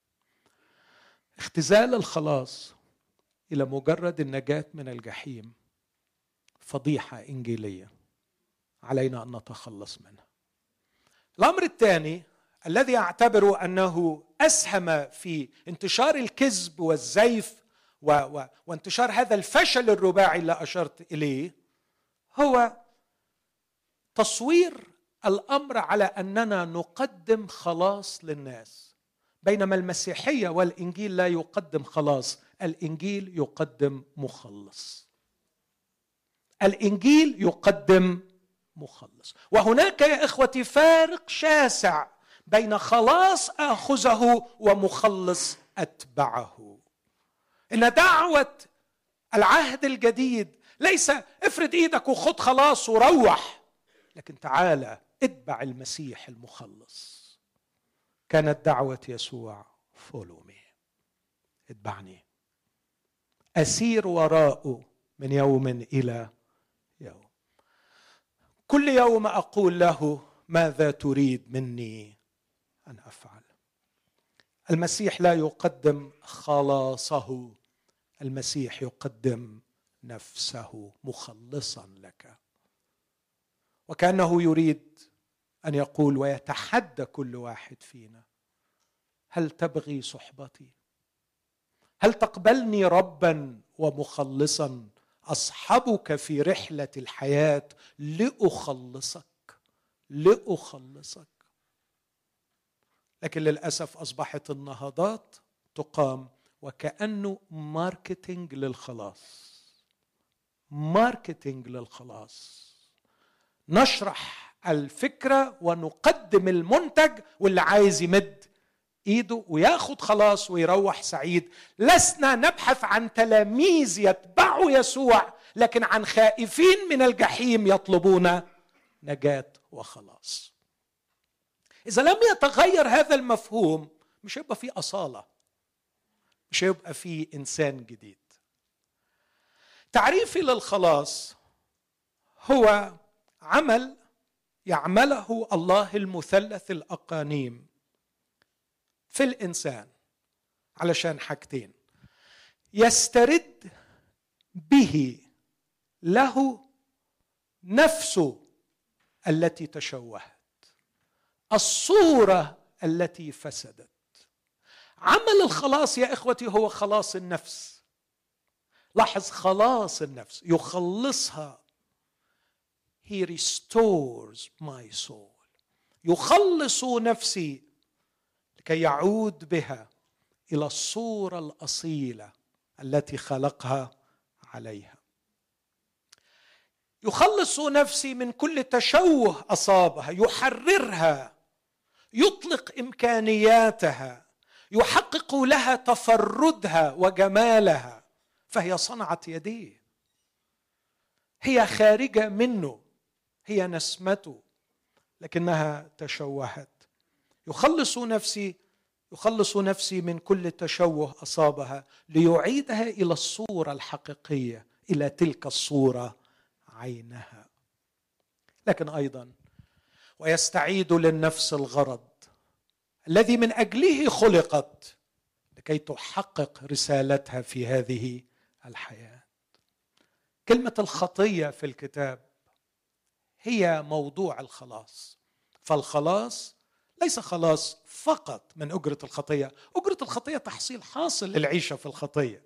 Speaker 1: اختزال الخلاص إلى مجرد النجاة من الجحيم فضيحة إنجيلية علينا أن نتخلص منها. الأمر الثاني الذي أعتبره أنه أسهم في انتشار الكذب والزيف وانتشار هذا الفشل الرباعي اللي أشرت إليه، هو تصوير الأمر على أننا نقدم خلاص للناس، بينما المسيحية والإنجيل لا يقدم خلاص، الإنجيل يقدم مخلص. الإنجيل يقدم مخلص. وهناك يا إخوتي فارق شاسع بين خلاص آخذه ومخلص أتبعه. إن دعوة العهد الجديد ليس افرد إيدك وخد خلاص وروح، لكن تعالى اتبع المسيح المخلص. كانت دعوة يسوع follow me، اتبعني، أسير وراءه من يوم إلى يوم. كل يوم أقول له ماذا تريد مني أن أفعل. المسيح لا يقدم خلاصه، المسيح يقدم نفسه مخلصا لك. وكأنه يريد أن يقول ويتحدى كل واحد فينا، هل تبغي صحبتي؟ هل تقبلني ربا ومخلصا أصحبك في رحلة الحياة لأخلصك. لكن للأسف أصبحت النهضات تقام وكأنه ماركتينج للخلاص. نشرح الفكرة ونقدم المنتج، واللي عايز يمد ايده وياخد خلاص ويروح سعيد. لسنا نبحث عن تلاميذ يتبعوا يسوع، لكن عن خائفين من الجحيم يطلبون نجاة وخلاص. إذا لم يتغير هذا المفهوم مش هيبقى فيه أصالة، مش هيبقى فيه إنسان جديد. تعريفي للخلاص هو عمل يعمله الله المثلث الأقانيم في الإنسان علشان حاجتين: يسترد به له نفسه التي تشوهت، الصورة التي فسدت. عمل الخلاص يا إخوتي هو خلاص النفس. لاحظ، خلاص النفس، يخلصها. He restores my soul. يخلص نفسي لكي يعود بها إلى الصورة الأصيلة التي خلقها عليها. يخلص نفسي من كل تشوه أصابها، يحررها، يطلق إمكانياتها، يحقق لها تفردها وجمالها، فهي صنعة يديه، هي خارجة منه، هي نسمته، لكنها تشوهت. يخلص نفسي من كل تشوه أصابها ليعيدها إلى الصورة الحقيقية، إلى تلك الصورة عينها. لكن أيضا ويستعيد للنفس الغرض الذي من أجله خلقت لكي تحقق رسالتها في هذه الحياة. كلمة الخطية في الكتاب هي موضوع الخلاص. فالخلاص ليس خلاص فقط من أجرة الخطية. أجرة الخطية تحصيل حاصل للعيشة في الخطية،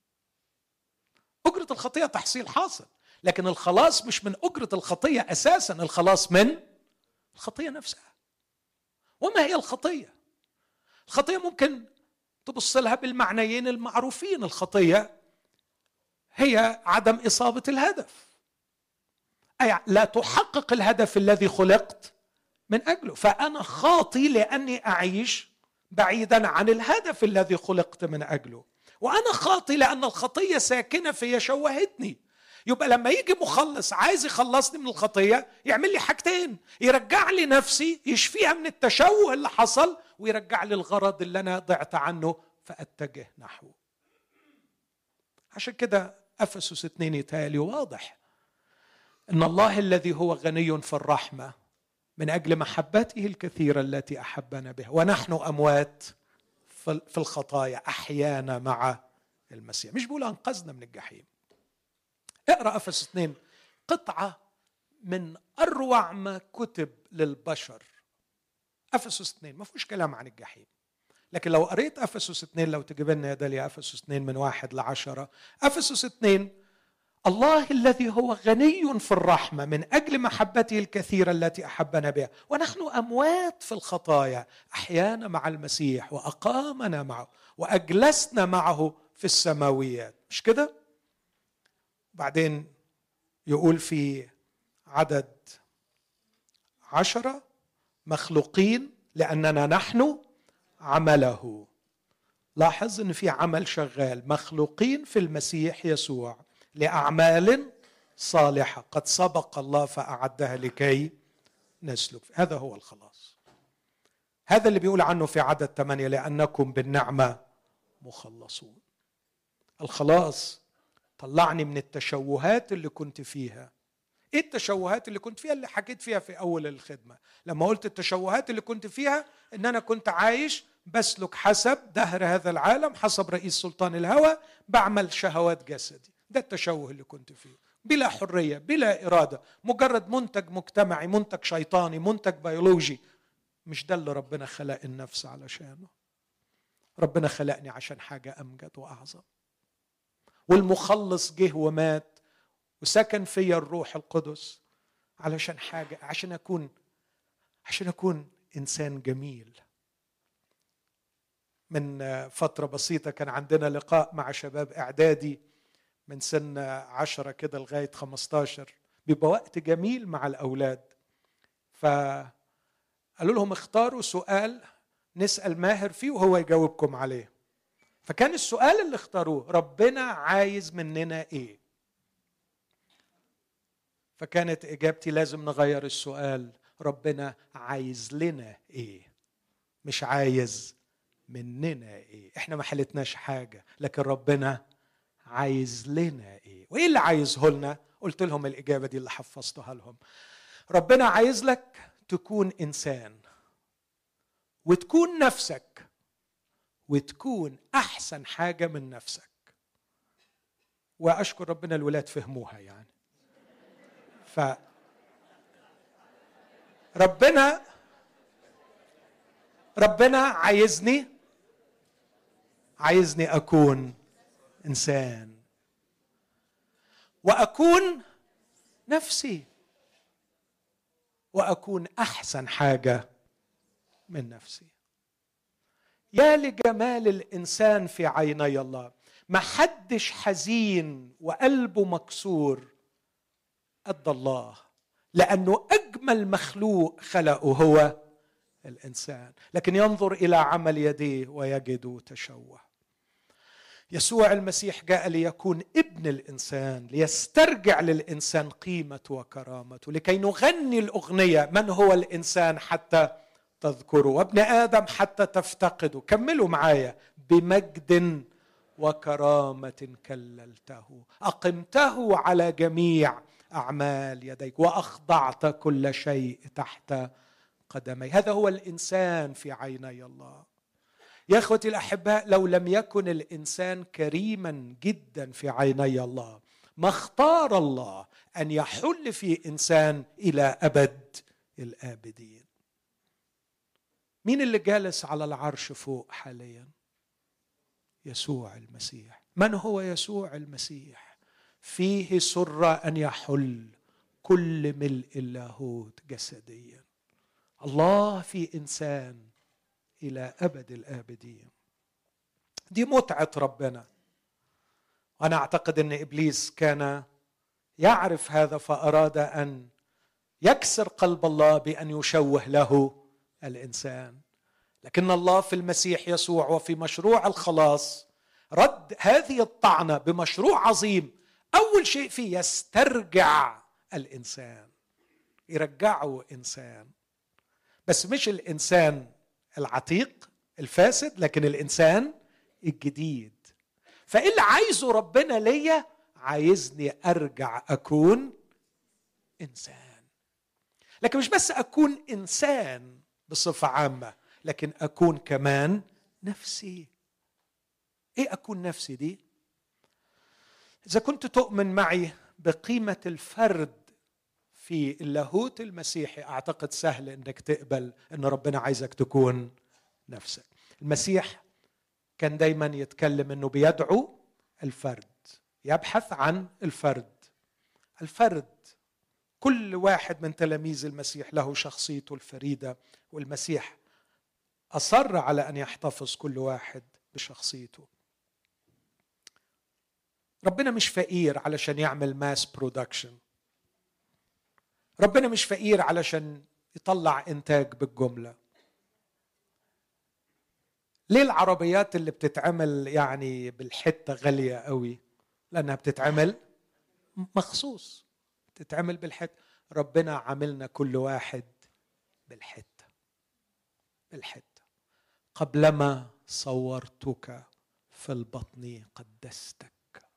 Speaker 1: أجرة الخطية تحصيل حاصل، لكن الخلاص مش من أجرة الخطية أساسا. الخلاص من الخطية نفسها. وما هي الخطية؟ الخطية ممكن تبص لها بالمعنيين المعروفين. الخطية هي عدم إصابة الهدف، أي لا تحقق الهدف الذي خلقت من أجله. فأنا خاطي لأني أعيش بعيدا عن الهدف الذي خلقت من أجله، وأنا خاطي لأن الخطية ساكنة في شوهتني. يبقى لما يجي مخلص عايز يخلصني من الخطية يعمل لي حاجتين: يرجع لي نفسي، يشفيها من التشوه اللي حصل، ويرجع لي الغرض اللي أنا ضعت عنه فأتجه نحوه. عشان كده أفسس 2 يتهيألي واضح إن الله الذي هو غني في الرحمة من أجل محبته الكثيرة التي أحبنا بها ونحن أموات في الخطايا أحيانا مع المسيح. مش بقول أنقذنا من الجحيم. اقرأ أفسس 2، قطعة من أروع ما كتب للبشر. أفسس 2 ما فيهوش كلام عن الجحيم، لكن لو قريت أفسس 2، لو تجيب لنا يا داليا أفسس 2 من 1 ل10. أفسس 2: الله الذي هو غني في الرحمة من أجل محبته الكثيرة التي أحبنا بها ونحن أموات في الخطايا أحيانا مع المسيح وأقامنا معه وأجلسنا معه في السماويات. مش كده؟ بعدين يقول في عدد 10: مخلوقين لأننا نحن عمله. لاحظ أن في عمل شغال، مخلوقين في المسيح يسوع لأعمال صالحة قد سبق الله فأعدها لكي نسلك. هذا هو الخلاص. هذا اللي بيقول عنه في عدد 8: لأنكم بالنعمة مخلصون. الخلاص طلعني من التشوهات اللي كنت فيها. ايه التشوهات اللي كنت فيها؟ اللي حكيت فيها في اول الخدمة لما قلت التشوهات اللي كنت فيها ان انا كنت عايش بسلك حسب دهر هذا العالم، حسب رئيس سلطان الهوى، بعمل شهوات جسدي. ده التشوه اللي كنت فيه، بلا حرية بلا إرادة، مجرد منتج مجتمعي، منتج شيطاني، منتج بيولوجي. مش ده اللي ربنا خلق النفس علشانه. ربنا خلقني عشان حاجة أمجد وأعظم. والمخلص جه ومات وسكن فيا الروح القدس علشان حاجة، عشان أكون إنسان جميل. من فترة بسيطة كان عندنا لقاء مع شباب إعدادي من سن 10 كده لغاية 15، بيبقى وقت جميل مع الأولاد. فقالوا لهم اختاروا سؤال نسأل ماهر فيه وهو يجاوبكم عليه. فكان السؤال اللي اختاروه: ربنا عايز مننا ايه؟ فكانت اجابتي لازم نغير السؤال، ربنا عايز لنا ايه، مش عايز مننا ايه. احنا ما حلتناش حاجة، لكن ربنا عايز لنا ايه. وايه اللي عايزه لنا؟ قلت لهم الاجابة دي اللي حفظتها لهم: ربنا عايز لك تكون انسان، وتكون نفسك، وتكون احسن حاجة من نفسك. واشكر ربنا الولاد فهموها يعني. ربنا عايزني اكون انسان، واكون نفسي، واكون احسن حاجة من نفسي. يا لجمال الانسان في عيني الله. ما حدش حزين وقلبه مكسور قد الله، لأنه أجمل مخلوق خلقه هو الإنسان، لكن ينظر إلى عمل يديه ويجد تشوه. يسوع المسيح جاء ليكون ابن الإنسان، ليسترجع للإنسان قيمته وكرامته، لكي نغني الأغنية: من هو الإنسان حتى تذكره، وابن آدم حتى تفتقده. كملوا معايا: بمجد وكرامة كللته، أقمته على جميع أعمال يديك، وأخضعت كل شيء تحت قدمي. هذا هو الإنسان في عيني الله. يا أخوتي الأحباء، لو لم يكن الإنسان كريما جدا في عيني الله، ما اختار الله أن يحل في إنسان إلى أبد الآبدين. مين اللي جالس على العرش فوق حاليا؟ يسوع المسيح. من هو يسوع المسيح؟ فيه سر أن يحل كل ملء اللاهوت جسديا. الله في إنسان إلى أبد الآبدين. دي متعة ربنا. وأنا أعتقد أن إبليس كان يعرف هذا، فأراد أن يكسر قلب الله بأن يشوه له الإنسان. لكن الله في المسيح يسوع وفي مشروع الخلاص رد هذه الطعنة بمشروع عظيم. أول شيء فيه يسترجع الإنسان، يرجعه إنسان، بس مش الإنسان العتيق الفاسد، لكن الإنسان الجديد. فإيه اللي عايزه ربنا ليا؟ عايزني أرجع أكون إنسان. لكن مش بس أكون إنسان بصفة عامة، لكن أكون كمان نفسي. إيه أكون نفسي دي؟ إذا كنت تؤمن معي بقيمة الفرد في اللاهوت المسيحي، أعتقد سهل أنك تقبل أن ربنا عايزك تكون نفسك. المسيح كان دايما يتكلم أنه بيدعو الفرد، يبحث عن الفرد. كل واحد من تلاميذ المسيح له شخصيته الفريدة، والمسيح أصر على أن يحتفظ كل واحد بشخصيته. ربنا مش فقير علشان يعمل ماس برودكشن. ربنا مش فقير علشان يطلع إنتاج بالجملة. ليه العربيات اللي بتتعمل يعني بالحتة غالية قوي؟ لأنها بتتعمل مخصوص، بتتعمل بالحتة. ربنا عملنا كل واحد بالحتة. قبلما صورتك في البطن قدستك،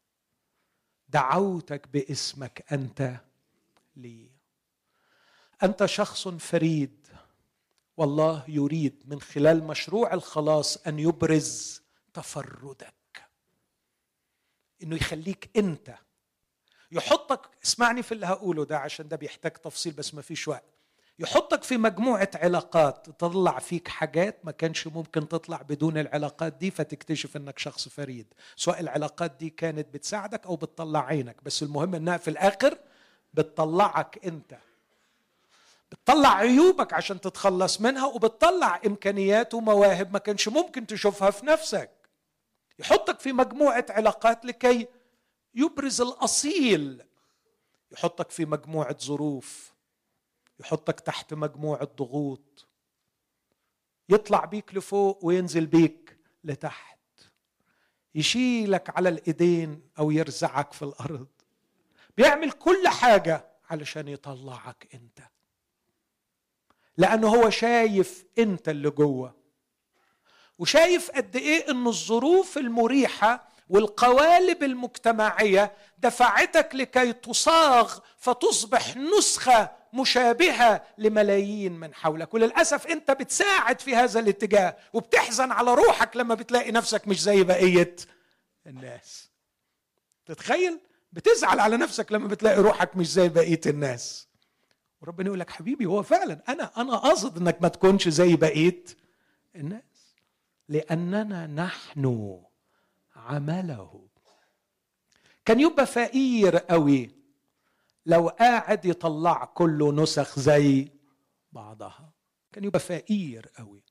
Speaker 1: دعوتك باسمك أنت لي. أنت شخص فريد، والله يريد من خلال مشروع الخلاص أن يبرز تفردك، إنه يخليك أنت، يحطك. اسمعني في اللي هقوله ده عشان ده بيحتاج تفصيل بس ما فيش وقت. يحطك في مجموعة علاقات تطلع فيك حاجات ما كانش ممكن تطلع بدون العلاقات دي، فتكتشف انك شخص فريد. سواء العلاقات دي كانت بتساعدك او بتطلع عينك، بس المهم انها في الاخر بتطلعك انت، بتطلع عيوبك عشان تتخلص منها، وبتطلع امكانيات ومواهب ما كانش ممكن تشوفها في نفسك. يحطك في مجموعة علاقات لكي يبرز الأصيل، يحطك في مجموعة ظروف، يحطك تحت مجموعة ضغوط، يطلع بيك لفوق وينزل بيك لتحت، يشيلك على الإيدين أو يرزعك في الأرض. بيعمل كل حاجة علشان يطلعك أنت، لأنه هو شايف أنت اللي جوه، وشايف قد إيه أن الظروف المريحة والقوالب المجتمعية دفعتك لكي تصاغ فتصبح نسخة مشابهة لملايين من حولك. وللأسف أنت بتساعد في هذا الاتجاه، وبتحزن على روحك لما بتلاقي نفسك مش زي بقية الناس. تتخيل؟ بتزعل على نفسك لما بتلاقي روحك مش زي بقية الناس. وربنا يقول لك حبيبي، هو فعلا أنا قصد أنك ما تكونش زي بقية الناس، لأننا نحن عمله. كان يبقى فقير قوي لو قاعد يطلع كله نسخ زي بعضها، كان يبقى فقير قوي.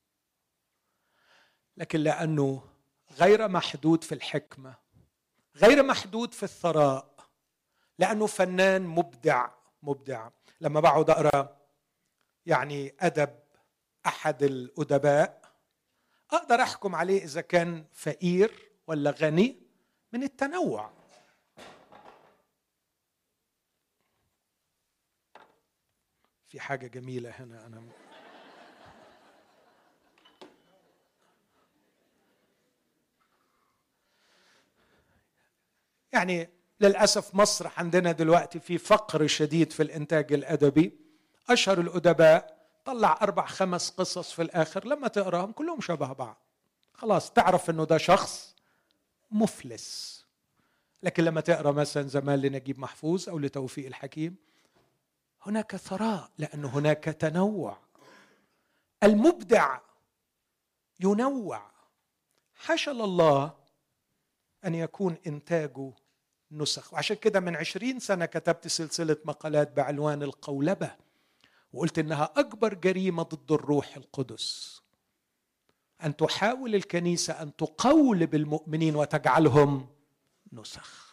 Speaker 1: لكن لأنه غير محدود في الحكمة، غير محدود في الثراء، لأنه فنان مبدع. لما بقعد أقرأ يعني أدب أحد الأدباء، أقدر أحكم عليه إذا كان فقير ولا غني من التنوع. في حاجة جميلة هنا، أنا يعني للأسف مصر عندنا دلوقتي في فقر شديد في الإنتاج الأدبي. أشهر الأدباء طلع 4-5 قصص في الآخر لما تقراهم كلهم شبه بعض، خلاص تعرف أنه ده شخص مفلس. لكن لما تقرأ مثلا زمان لنجيب محفوظ أو لتوفيق الحكيم، هناك ثراء، لأن هناك تنوع. المبدع ينوع. حاشا الله أن يكون إنتاجه نسخ. وعشان كده من 20 سنة كتبت سلسلة مقالات بعنوان القولبة، وقلت إنها أكبر جريمة ضد الروح القدس، أن تحاول الكنيسة أن تقولب المؤمنين وتجعلهم نسخ.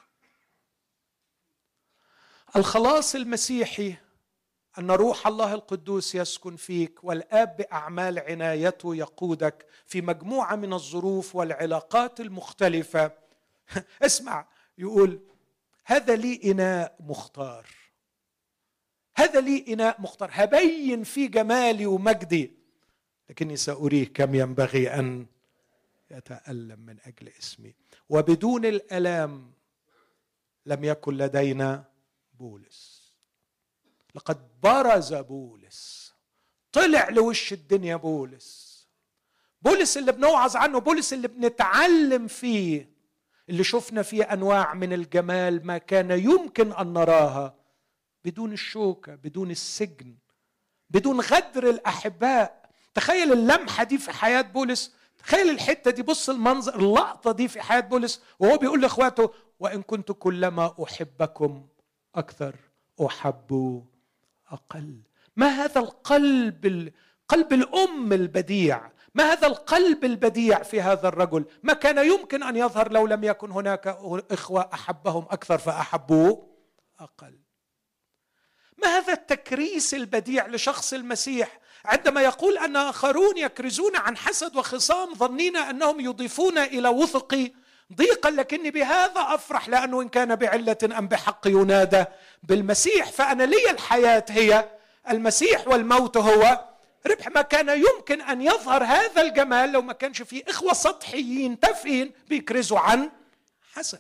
Speaker 1: الخلاص المسيحي أن روح الله القدوس يسكن فيك، والآب بأعمال عنايته يقودك في مجموعة من الظروف والعلاقات المختلفة. اسمع، يقول هذا لي إناء مختار، هذا لي إناء مختار، هبين في جمالي ومجدي، لكني سأريه كم ينبغي أن يتألم من أجل اسمي. وبدون الألام لم يكن لدينا بولس. لقد برز بولس، طلع لوش الدنيا بولس اللي بنوعظ عنه، بولس اللي بنتعلم فيه، اللي شفنا فيه أنواع من الجمال ما كان يمكن أن نراها بدون الشوكة، بدون السجن، بدون غدر الأحباء. تخيل اللمحة دي في حياة بولس، تخيل الحتة دي، بص المنظر، اللقطة دي في حياة بولس وهو بيقول لإخواته وإن كنت كلما أحبكم أكثر أحب أقل. ما هذا القلب، قلب الأم البديع، ما هذا القلب البديع في هذا الرجل، ما كان يمكن أن يظهر لو لم يكن هناك إخوة أحبهم أكثر فأحبوه أقل. ما هذا التكريس البديع لشخص المسيح عندما يقول أن آخرون يكرزون عن حسد وخصام ظنين أنهم يضيفون إلى وثقي ضيقا، لكني بهذا أفرح، لأنه إن كان بعلة أم بحق ينادى بالمسيح، فأنا لي الحياة هي المسيح والموت هو ربح. ما كان يمكن أن يظهر هذا الجمال لو ما كانش فيه إخوة سطحيين تافهين بيكرزوا عن حسد.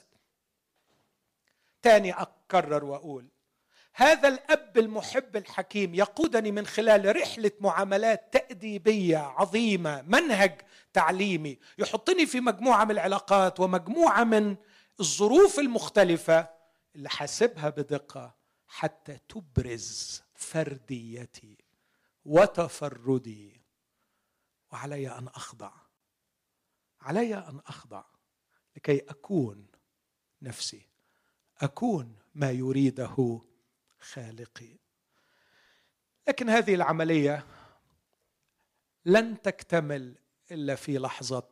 Speaker 1: تاني أكرر وأقول، هذا الأب المحب الحكيم يقودني من خلال رحلة معاملات تأديبية عظيمة، منهج تعليمي يحطني في مجموعة من العلاقات ومجموعة من الظروف المختلفة اللي حاسبها بدقة حتى تبرز فرديتي وتفردي، وعلي أن أخضع، علي أن أخضع لكي أكون نفسي، أكون ما يريده خالقي. لكن هذه العملية لن تكتمل إلا في لحظة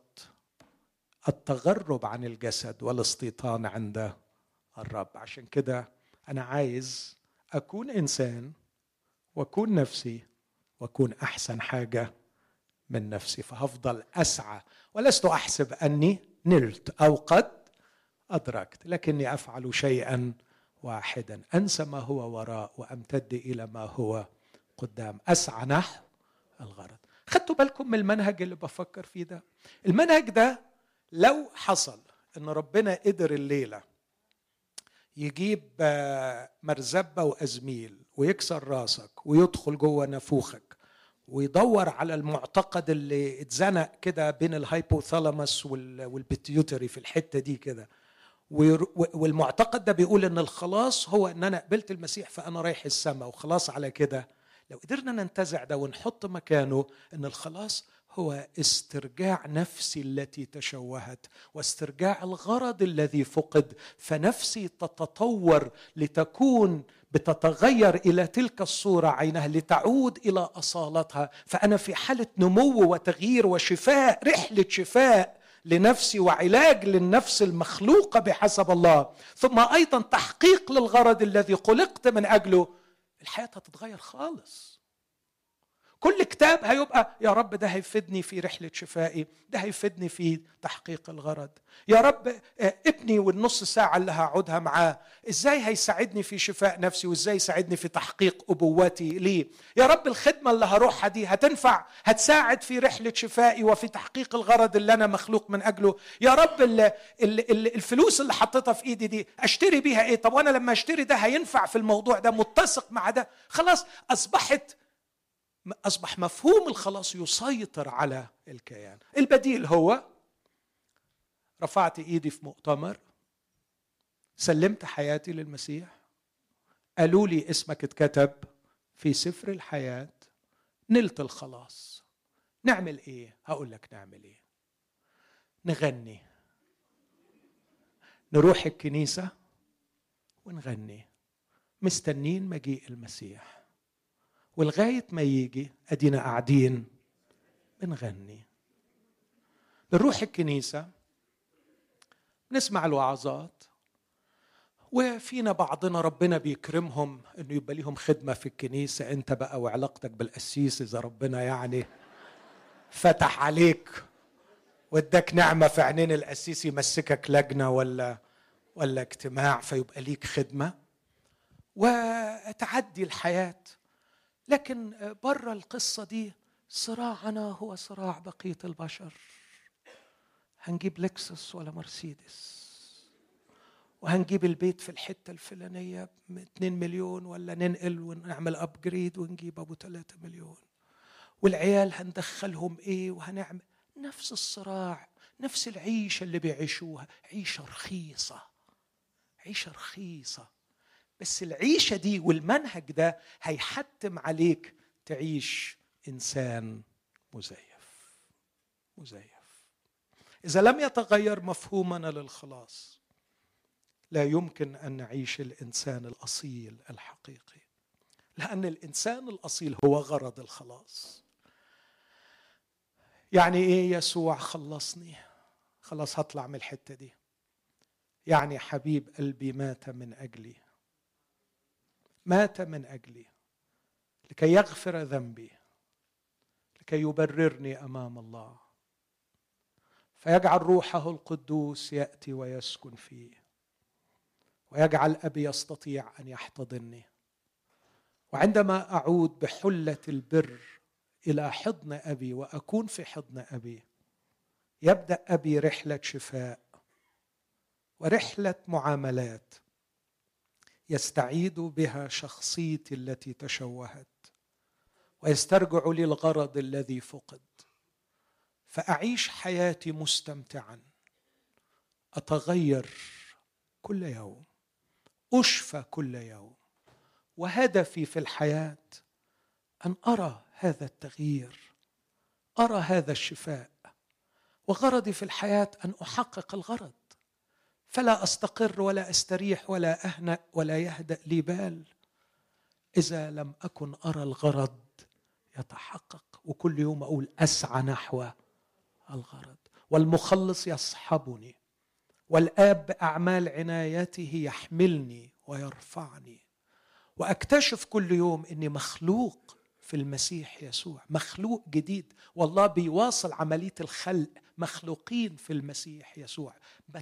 Speaker 1: التغرب عن الجسد والاستيطان عند الرب. عشان كده أنا عايز أكون إنسان وأكون نفسي وأكون أحسن حاجة من نفسي، فهفضل أسعى ولست أحسب أني نلت أو قد أدركت، لكني أفعل شيئا واحدا، أنسى ما هو وراء وأمتد إلى ما هو قدام، أسعى نحو الغرض. خدتوا بالكم من المنهج اللي بفكر فيه ده؟ المنهج ده لو حصل أن ربنا قدر الليلة يجيب مرزبة وأزميل ويكسر راسك ويدخل جوه نافوخك ويدور على المعتقد اللي اتزنق كده بين الهايبوثالاموس والبيتيوتري في الحتة دي كده، والمعتقد ده بيقول ان الخلاص هو ان انا قبلت المسيح فانا رايح السماء وخلاص على كده. لو قدرنا ننتزع ده ونحط مكانه ان الخلاص هو استرجاع نفسي التي تشوهت واسترجاع الغرض الذي فقد، فنفسي تتطور لتكون بتتغير إلى تلك الصورة عينها لتعود إلى أصالتها، فأنا في حالة نمو وتغيير وشفاء، رحلة شفاء لنفسي وعلاج للنفس المخلوقة بحسب الله، ثم أيضا تحقيق للغرض الذي خلقت من أجله. الحياة هتتغير خالص. كل كتاب هيبقى يا رب ده هيفيدني في رحلة شفائي، ده هيفيدني في تحقيق الغرض. يا رب ابني والنص ساعة اللي هقعدها معاه ازاي هيساعدني في شفاء نفسي وازاي يساعدني في تحقيق أبوتي ليه. يا رب الخدمة اللي هروحها دي هتنفع، هتساعد في رحلة شفائي وفي تحقيق الغرض اللي أنا مخلوق من أجله. يا رب الفلوس اللي حطيتها في إيدي دي أشتري بيها إيه؟ طب وأنا لما أشتري ده هينفع في الموضوع ده، متسق مع ده. خلاص أصبح مفهوم الخلاص يسيطر على الكيان. البديل هو رفعت إيدي في مؤتمر، سلمت حياتي للمسيح، قالوا لي اسمك اتكتب في سفر الحياة، نلت الخلاص. نعمل إيه؟ هقول لك نعمل إيه. نغني، نروح الكنيسة ونغني مستنين مجيء المسيح، ولغاية ما يجي أدينا قاعدين بنغني. بنروح الكنيسة نسمع الوعظات، وفينا بعضنا ربنا بيكرمهم انه يبقى ليهم خدمة في الكنيسة. انت بقى وعلاقتك بالقسيس اذا ربنا يعني فتح عليك واداك نعمة في عينين القسيس يمسكك لجنة ولا اجتماع فيبقى ليك خدمة وتعدي الحياة. لكن بره القصة دي صراعنا هو صراع بقية البشر. هنجيب لكسس ولا مرسيدس، وهنجيب البيت في الحتة الفلانية 2 مليون ولا ننقل ونعمل أبجريد ونجيب أبو 3 مليون، والعيال هندخلهم إيه وهنعمل نفس الصراع، نفس العيشة اللي بيعيشوها. عيشة رخيصة، عيشة رخيصة. بس العيشة دي والمنهج ده هيحتم عليك تعيش إنسان مزيف. إذا لم يتغير مفهومنا للخلاص لا يمكن أن نعيش الإنسان الأصيل الحقيقي، لأن الإنسان الأصيل هو غرض الخلاص. يعني إيه يسوع خلصني؟ خلاص هطلع من الحتة دي. يعني حبيب قلبي مات من أجلي، مات من أجلي لكي يغفر ذنبي، لكي يبررني أمام الله، فيجعل روحه القدوس يأتي ويسكن فيه، ويجعل أبي يستطيع أن يحتضنني. وعندما أعود بحلة البر إلى حضن أبي وأكون في حضن أبي، يبدأ أبي رحلة شفاء ورحلة معاملات يستعيد بها شخصيتي التي تشوهت ويسترجع لي الغرض الذي فقد، فأعيش حياتي مستمتعا، أتغير كل يوم، أشفى كل يوم. وهدفي في الحياة أن أرى هذا التغيير، أرى هذا الشفاء. وغرضي في الحياة أن أحقق الغرض، فلا أستقر ولا أستريح ولا أهنأ ولا يهدأ لي بال إذا لم أكن أرى الغرض يتحقق. وكل يوم أقول أسعى نحو الغرض، والمخلص يصحبني، والآب بأعمال عنايته يحملني ويرفعني. وأكتشف كل يوم أني مخلوق في المسيح يسوع، مخلوق جديد. والله بيواصل عملية الخلق، مخلوقين في المسيح يسوع.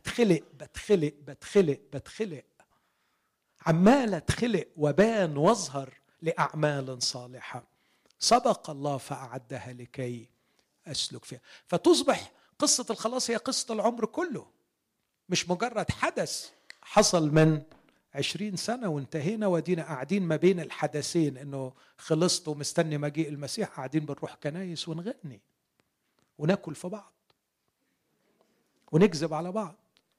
Speaker 1: بتخلق عمال اتخلق وبان واظهر لأعمال صالحة سبق الله فأعدها لكي أسلك فيها. فتصبح قصة الخلاص هي قصة العمر كله، مش مجرد حدث حصل من 20 سنة وانتهينا ودينا قاعدين ما بين الحدثين، انه خلصت ومستني مجيء المسيح، قاعدين بنروح كنايس ونغني وناكل في بعض ونكذب على بعض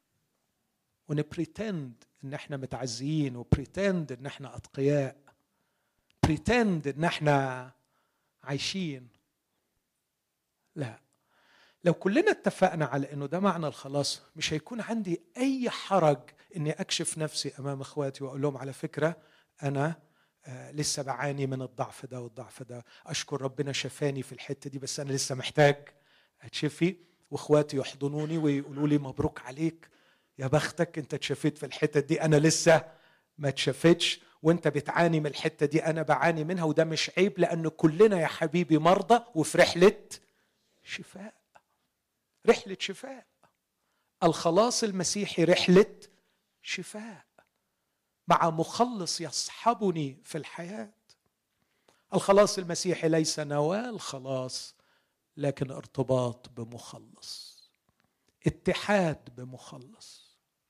Speaker 1: ونبريتند ان احنا متعزيين، وبريتند ان احنا اتقياء، بريتند ان احنا عايشين. لا، لو كلنا اتفقنا على انه ده معنى الخلاص، مش هيكون عندي اي حرج اني اكشف نفسي امام اخواتي واقول لهم على فكرة انا لسه بعاني من الضعف ده والضعف ده، اشكر ربنا شفاني في الحتة دي بس انا لسه محتاج اتشفي. واخواتي يحضنوني ويقولوا لي مبروك عليك، يا بختك انت اتشفيت في الحتة دي، انا لسه ما اتشفتش، وانت بتعاني من الحتة دي انا بعاني منها، وده مش عيب لان كلنا يا حبيبي مرضى وفي رحلة شفاء. رحلة شفاء. الخلاص المسيحي رحلة شفاء مع مخلص يصحبني في الحياة. الخلاص المسيحي ليس نوال خلاص، لكن ارتباط بمخلص، اتحاد بمخلص،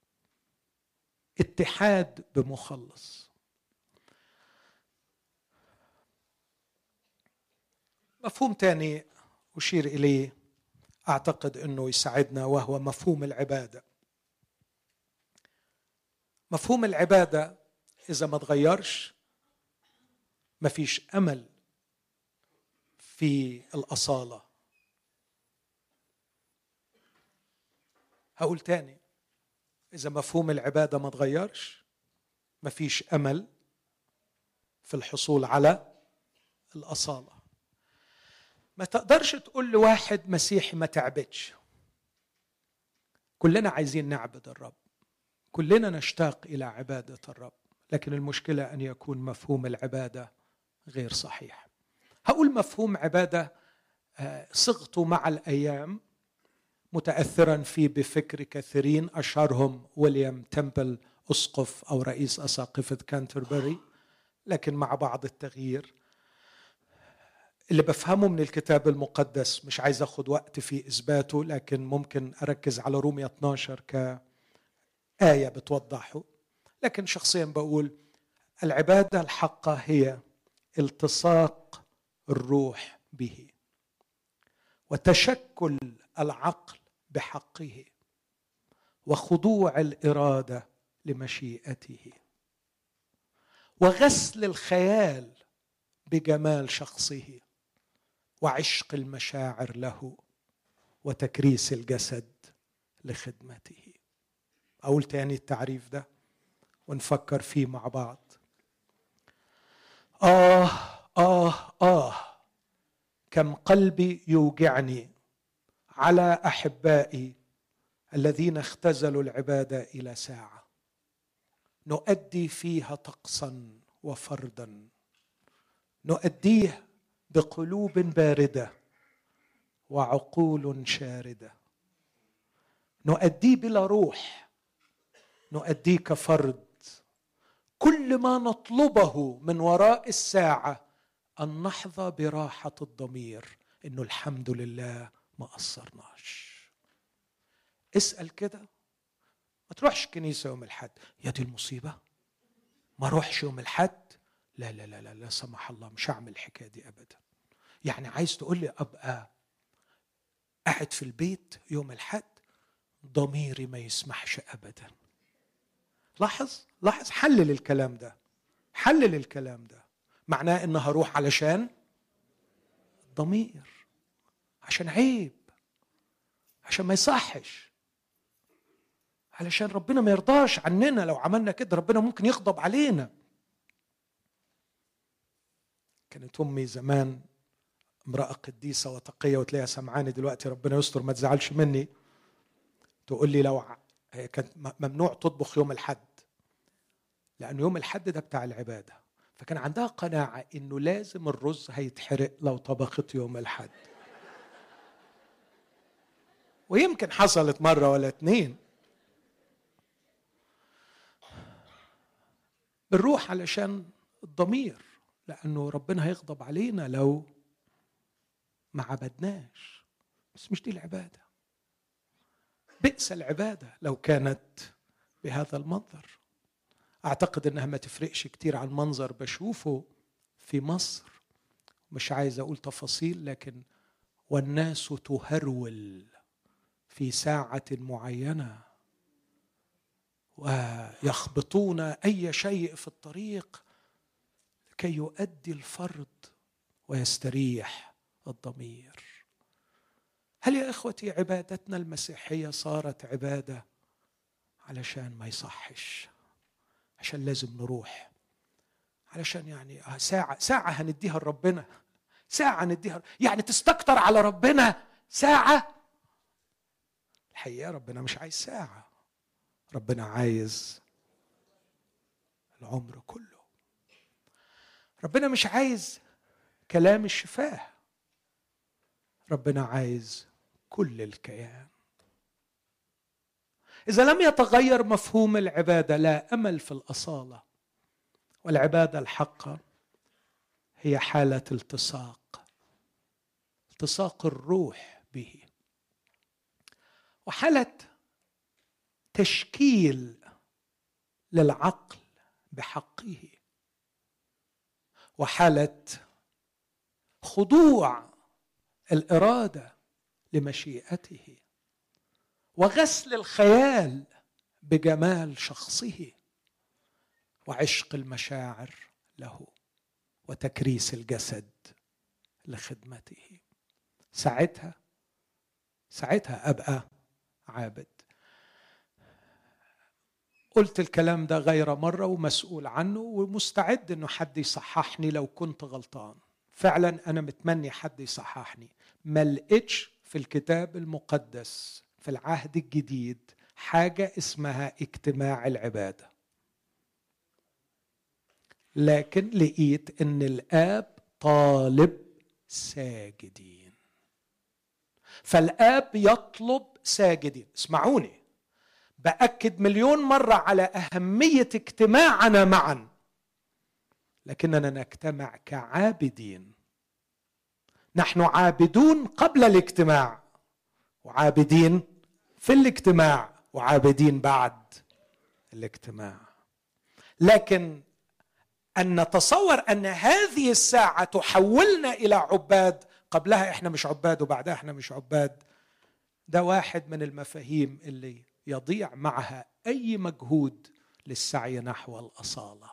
Speaker 1: اتحاد بمخلص. مفهوم تاني أشير إليه أعتقد أنه يساعدنا، وهو مفهوم العبادة. مفهوم العبادة إذا ما تغيرش مفيش أمل في الأصالة. هقول تاني، إذا مفهوم العبادة ما تغيرش مفيش أمل في الحصول على الأصالة. ما تقدرش تقول لواحد مسيحي ما تعبدش. كلنا عايزين نعبد الرب، كلنا نشتاق إلى عبادة الرب، لكن المشكلة أن يكون مفهوم العبادة غير صحيح. هقول مفهوم عبادة صغته مع الأيام، متأثرا فيه بفكر كثيرين، أشهرهم ويليام تمبل أسقف أو رئيس أساقفة كانتربري، لكن مع بعض التغيير. اللي بفهمه من الكتاب المقدس، مش عايز أخذ وقت في إثباته، لكن ممكن أركز على رومية 12 كآية بتوضحه. لكن شخصيا بقول العبادة الحقة هي التصاق الروح به، وتشكل العقل بحقه، وخضوع الإرادة لمشيئته، وغسل الخيال بجمال شخصه، وعشق المشاعر له، وتكريس الجسد لخدمته. أقول تاني التعريف ده ونفكر فيه مع بعض. كم قلبي يوجعني على أحبائي الذين اختزلوا العبادة إلى ساعة نؤدي فيها طقسا وفردا، نؤديه بقلوب باردة وعقول شاردة، نؤديه بلا روح، نؤديه كفرد. كل ما نطلبه من وراء الساعة أن نحظى براحة الضمير، إنه الحمد لله ما قصرناش. اسأل كده، ما تروحش كنيسة يوم الحد، يا دي المصيبة ما روحش يوم الحد، لا لا لا لا لا سمح الله مش هعمل الحكاية دي أبدا. يعني عايز تقول لي أبقى قاعد في البيت يوم الحد؟ ضميري ما يسمحش أبدا. لاحظ حلل الكلام ده، حلل الكلام ده. معناه إن هروح علشان ضمير، عشان عيب، عشان ما يصحش، علشان ربنا ما يرضاش عننا. لو عملنا كده ربنا ممكن يغضب علينا. كانت أمي زمان امرأة قديسة وتقية، وتلاقيها سمعاني دلوقتي، ربنا يستر ما تزعلش مني، تقول لي كانت ممنوع تطبخ يوم الحد، لأن يوم الحد ده بتاع العبادة، فكان عندها قناعة إنه لازم الرز هيتحرق لو طبخت يوم الحد. ويمكن حصلت مرة ولا اتنين. بنروح علشان الضمير، لأنه ربنا هيغضب علينا لو ما عبدناش. بس مش دي العبادة. بئس العبادة لو كانت بهذا المنظر. أعتقد أنها ما تفرقش كتير عن منظر بشوفه في مصر، مش عايز أقول تفاصيل، لكن والناس تهرول في ساعة معينة ويخبطون أي شيء في الطريق كي يؤدي الفرض ويستريح الضمير. هل يا إخوتي عبادتنا المسيحية صارت عبادة علشان ما يصحش، عشان لازم نروح، علشان يعني ساعة هنديها لربنا، ساعة نديها، يعني تستكتر على ربنا ساعة؟ الحقيقة ربنا مش عايز ساعة، ربنا عايز العمر كله. ربنا مش عايز كلام الشفاه، ربنا عايز كل الكيان. إذا لم يتغير مفهوم العبادة لا أمل في الأصالة. والعبادة الحقة هي حالة التصاق الروح به، وحالة تشكيل للعقل بحقه، وحالة خضوع الإرادة لمشيئته، وغسل الخيال بجمال شخصه، وعشق المشاعر له، وتكريس الجسد لخدمته. ساعتها أبقى عابد. قلت الكلام ده غير مرة ومسؤول عنه، ومستعد أنه حد يصححني لو كنت غلطان. فعلا أنا متمني حد يصححني. ما لقيتش في الكتاب المقدس في العهد الجديد حاجة اسمها اجتماع العبادة، لكن لقيت أن الآب طالب ساجدين، فالآب يطلب ساجدين. اسمعوني، بأكد مليون مرة على أهمية اجتماعنا معا، لكننا نجتمع كعابدين. نحن عابدون قبل الاجتماع، وعابدين في الاجتماع، وعابدين بعد الاجتماع. لكن أن نتصور أن هذه الساعة تحولنا إلى عباد، قبلها إحنا مش عباد وبعدها إحنا مش عباد، ده واحد من المفاهيم اللي يضيع معها أي مجهود للسعي نحو الأصالة.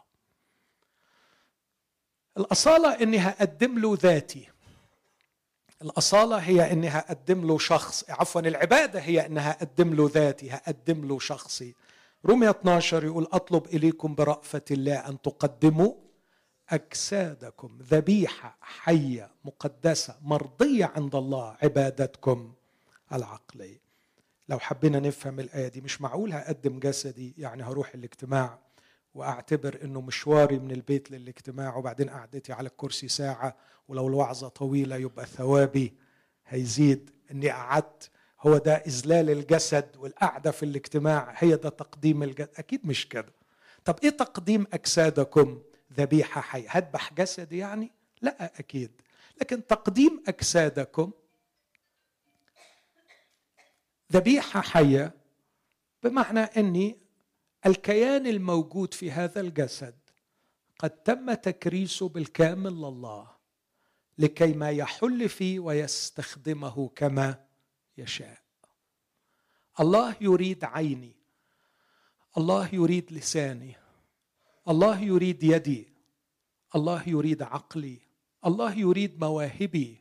Speaker 1: الأصالة إني هقدم له ذاتي، الأصالة هي إني هقدم له شخص، عفوا العبادة هي إنها هقدم له ذاتي، هقدم له شخصي. رومية 12 يقول أطلب إليكم برأفة الله أن تقدموا أجسادكم ذبيحة حية مقدسة مرضية عند الله، عبادتكم العقلية. لو حبينا نفهم الآية دي، مش معقول هقدم جسدي يعني هروح الاجتماع وأعتبر أنه مشواري من البيت للاجتماع وبعدين قعدتي على الكرسي ساعة، ولو الوعظة طويلة يبقى ثوابي هيزيد أني قعدت. هو ده إذلال الجسد والقعدة في الاجتماع هي ده تقديم الجسد؟ أكيد مش كده. طب إيه تقديم أجسادكم ذبيحة حية؟ هذبح جسدي يعني؟ لا أكيد. لكن تقديم أجسادكم ذبيحة حية بمعنى أني الكيان الموجود في هذا الجسد قد تم تكريسه بالكامل لله لكي ما يحل فيه ويستخدمه كما يشاء. الله يريد عيني، الله يريد لساني، الله يريد يدي، الله يريد عقلي، الله يريد مواهبي،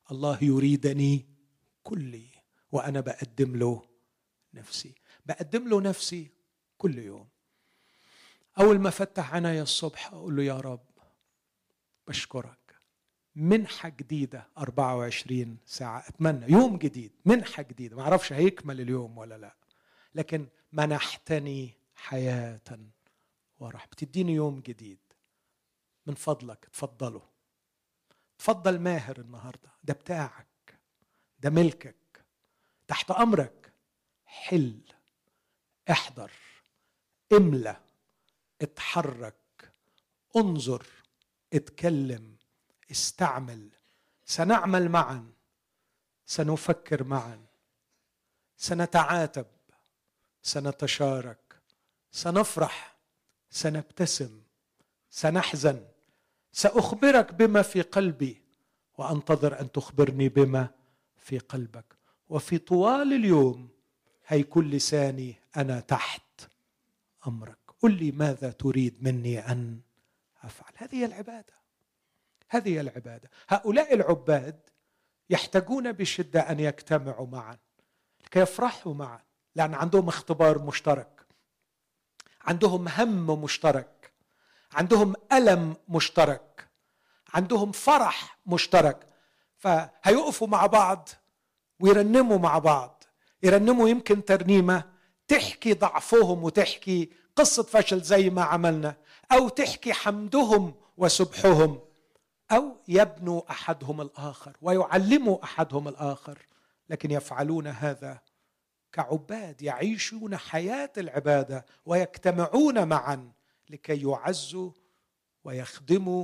Speaker 1: الله يريدني كلي وأنا بقدم له نفسي. بقدم له نفسي كل يوم. أول ما فتح عيني الصبح أقول له يا رب بشكرك، منحة جديدة 24 ساعة، أتمنى يوم جديد، منحة جديدة، ما أعرفش هيكمل اليوم ولا لا، لكن منحتني حياة ورحمة، بتديني يوم جديد. من فضلك تفضله، تفضل ماهر النهاردة، ده بتاعك، ده ملكك، تحت أمرك. حل، احضر، املى، اتحرك، انظر، اتكلم، استعمل. سنعمل معا، سنفكر معا، سنتعاتب، سنتشارك، سنفرح، سنبتسم، سنحزن. سأخبرك بما في قلبي وأنتظر أن تخبرني بما في قلبك. وفي طوال اليوم هيكون لساني أنا تحت أمرك. قل لي ماذا تريد مني أن أفعل. هذه هي العبادة، هذه هي العبادة. هؤلاء العباد يحتاجون بشدة أن يجتمعوا معا لكي يفرحوا معا، لأن عندهم اختبار مشترك، عندهم هم مشترك، عندهم ألم مشترك، عندهم فرح مشترك. فهيقفوا مع بعض ويرنموا مع بعض، يرنموا يمكن ترنيمة تحكي ضعفهم وتحكي قصة فشل زي ما عملنا، أو تحكي حمدهم وسبحهم، أو يبنوا أحدهم الآخر ويعلموا أحدهم الآخر. لكن يفعلون هذا كعباد يعيشون حياة العبادة ويجتمعون معا لكي يعزوا ويخدموا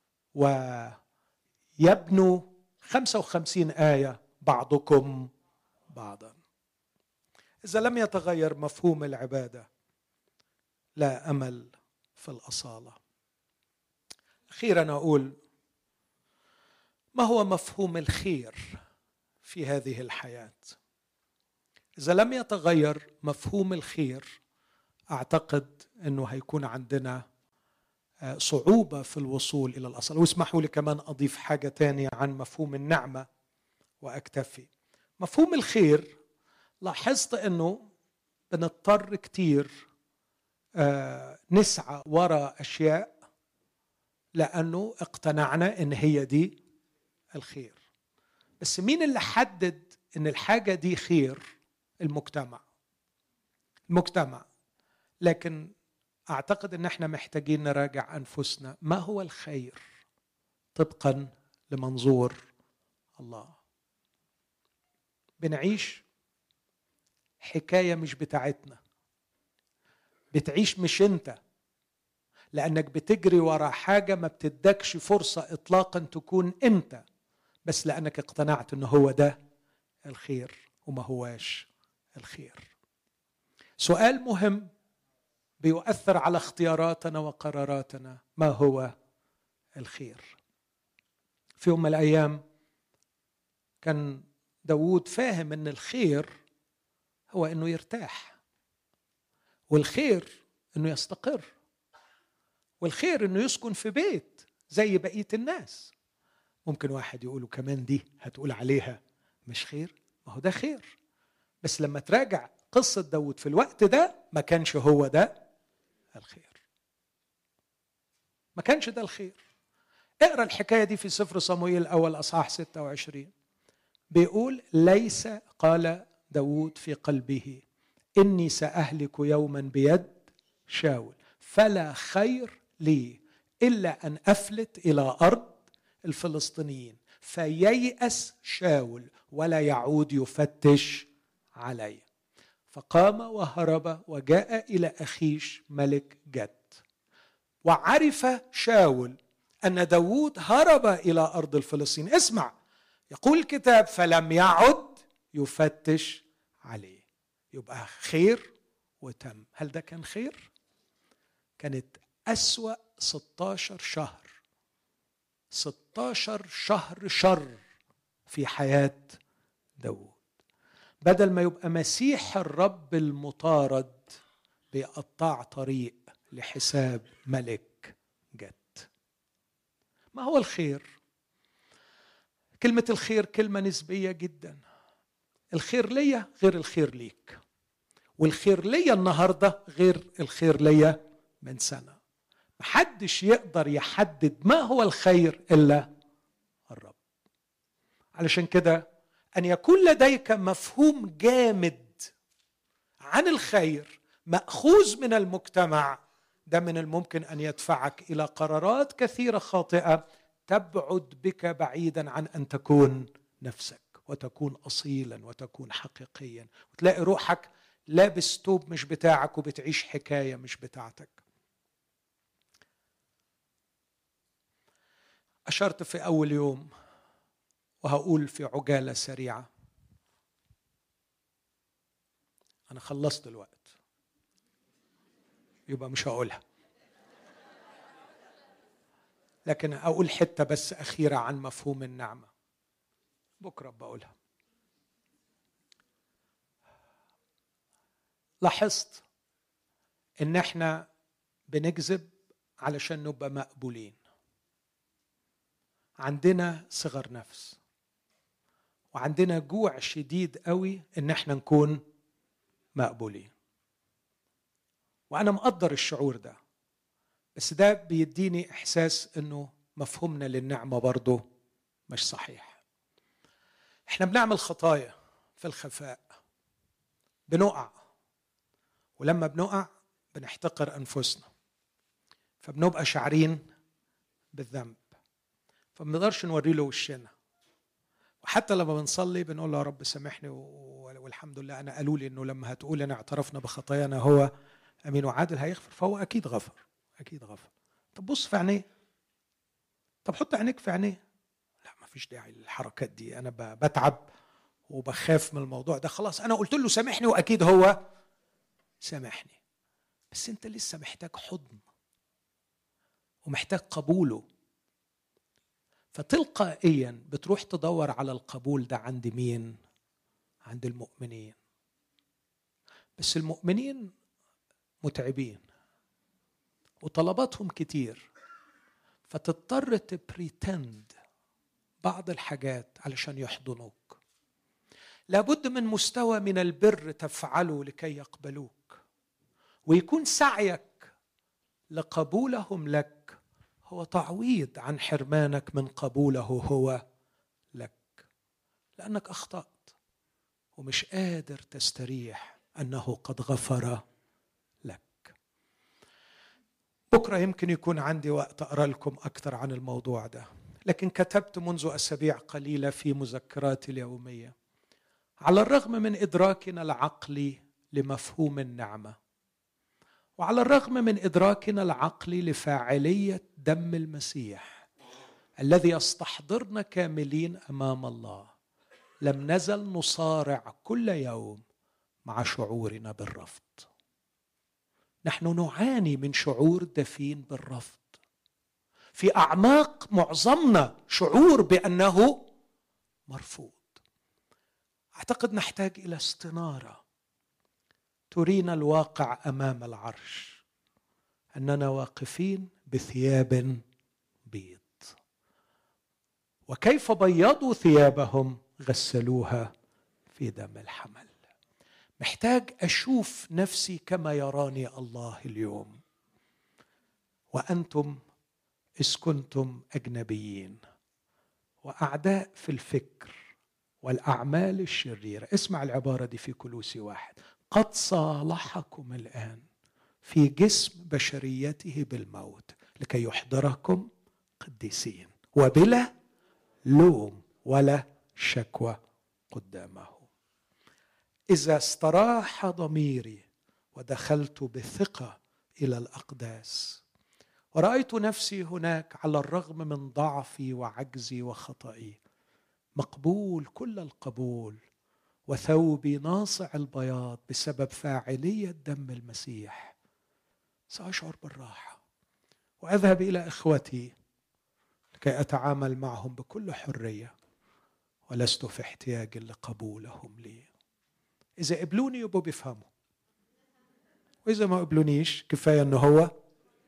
Speaker 1: ويبنوا. 55 آية بعضكم بعضا. إذا لم يتغير مفهوم العبادة لا أمل في الأصالة. أخيرا أقول، ما هو مفهوم الخير في هذه الحياة؟ إذا لم يتغير مفهوم الخير أعتقد أنه هيكون عندنا صعوبة في الوصول إلى الأصل. واسمحوا لي كمان أضيف حاجة تانية عن مفهوم النعمة وأكتفي. مفهوم الخير، لاحظت أنه بنضطر كتير نسعى وراء أشياء لأنه اقتنعنا أن هي دي الخير. بس مين اللي حدد أن الحاجة دي خير؟ المجتمع. لكن أعتقد أن احنا محتاجين نراجع أنفسنا، ما هو الخير طبقا لمنظور الله؟ بنعيش حكاية مش بتاعتنا، بتعيش مش انت، لأنك بتجري وراء حاجة ما بتدكش فرصة إطلاقا تكون انت، بس لأنك اقتنعت أنه هو ده الخير وما هواش الخير. سؤال مهم بيؤثر على اختياراتنا وقراراتنا، ما هو الخير؟ في يوم من الأيام كان داود فاهم أن الخير هو أنه يرتاح، والخير أنه يستقر، والخير أنه يسكن في بيت زي بقية الناس. ممكن واحد يقوله كمان دي هتقول عليها مش خير؟ ما هو ده خير. بس لما تراجع قصة داود في الوقت ده ما كانش هو ده الخير، ما كانش ده الخير. اقرأ الحكاية دي في سفر صموئيل الأول أصحاح 26. بيقول ليس، قال داود في قلبه، إني سأهلك يوما بيد شاول، فلا خير لي إلا أن أفلت إلى أرض الفلسطينيين. فييأس شاول ولا يعود يفتش علي. فقام وهرب وجاء إلى أخيش ملك جت. وعرف شاول أن داود هرب إلى أرض الفلسطين. اسمع، يقول الكتاب فلم يعد يفتش عليه. يبقى خير وتم. هل ده كان خير؟ كانت أسوأ 16 شهر، 16 شهر شر في حياة داود. بدل ما يبقى مسيح الرب المطارد بيقطع طريق لحساب ملك جت. ما هو الخير؟ كلمة الخير كلمة نسبية جدا. الخير ليا غير الخير ليك، والخير ليا النهاردة غير الخير ليا من سنة. محدش يقدر يحدد ما هو الخير إلا الرب. علشان كده أن يكون لديك مفهوم جامد عن الخير مأخوذ من المجتمع، ده من الممكن أن يدفعك إلى قرارات كثيرة خاطئة تبعد بك بعيدا عن أن تكون نفسك وتكون أصيلا وتكون حقيقيا، وتلاقي روحك لابس توب مش بتاعك وبتعيش حكاية مش بتاعتك. أشرت في أول يوم وهقول في عجالة سريعة، أنا خلصت الوقت يبقى مش هقولها، لكن أقول حتة بس أخيرة عن مفهوم النعمة، بكرة بقولها. لاحظت إن إحنا بنكذب علشان نبقى مقبولين، عندنا صغر نفس وعندنا جوع شديد قوي إن إحنا نكون مقبولين. وأنا مقدر الشعور ده، بس ده بيديني إحساس إنه مفهومنا للنعمة برضه مش صحيح. إحنا بنعمل خطايا في الخفاء، بنقع، ولما بنقع بنحتقر أنفسنا، فبنبقى شعرين بالذنب، فبنقدرش نوري له وشنا. وحتى لما بنصلي بنقول له يا رب سامحني، والحمد لله أنا قالوا لي إنه لما هتقول أنا اعترفنا بخطايانا هو أمين وعادل هيغفر، فهو أكيد غفر، أكيد غفر. طب بص في عينيه، طب حط عينيك في عينيه. لا ما فيش داعي للحركات دي، أنا بتعب وبخاف من الموضوع ده. خلاص أنا قلت له سامحني وأكيد هو سامحني، بس أنت لسه محتاج حضن ومحتاج قبوله، فتلقائيا بتروح تدور على القبول ده عند مين؟ عند المؤمنين. بس المؤمنين متعبين وطلباتهم كتير، فتضطر تبريتند بعض الحاجات علشان يحضنوك. لابد من مستوى من البر تفعله لكي يقبلوك، ويكون سعيك لقبولهم لك هو تعويض عن حرمانك من قبوله هو لك، لأنك أخطأت ومش قادر تستريح أنه قد غفر لك. بكرة يمكن يكون عندي وقت أقرأ لكم أكثر عن الموضوع ده، لكن كتبت منذ أسابيع قليلة في مذكراتي اليومية، على الرغم من إدراكنا العقلي لمفهوم النعمة، وعلى الرغم من إدراكنا العقلي لفاعلية دم المسيح الذي يستحضرنا كاملين أمام الله، لم نزل نصارع كل يوم مع شعورنا بالرفض. نحن نعاني من شعور دفين بالرفض، في أعماق معظمنا شعور بأنه مرفوض. أعتقد نحتاج إلى استنارة ترينا الواقع أمام العرش، أننا واقفين بثياب بيض، وكيف بيضوا ثيابهم غسلوها في دم الحمل. محتاج أشوف نفسي كما يراني الله اليوم. وأنتم إذ كنتم أجنبيين وأعداء في الفكر والأعمال الشريرة، اسمع العبارة دي في كولوسي 1، قد صالحكم الآن في جسم بشريته بالموت لكي يحضركم قديسين وبلا لوم ولا شكوى قدامه. إذا استراح ضميري ودخلت بثقة إلى الأقداس ورأيت نفسي هناك على الرغم من ضعفي وعجزي وخطئي مقبول كل القبول وثوبي ناصع البياض بسبب فاعلية دم المسيح، سأشعر بالراحة وأذهب إلى إخوتي لكي أتعامل معهم بكل حرية ولست في احتياج لقبولهم لي. إذا قبلوني يبقوا بيفهموا، وإذا ما قبلونيش كفاية أنه هو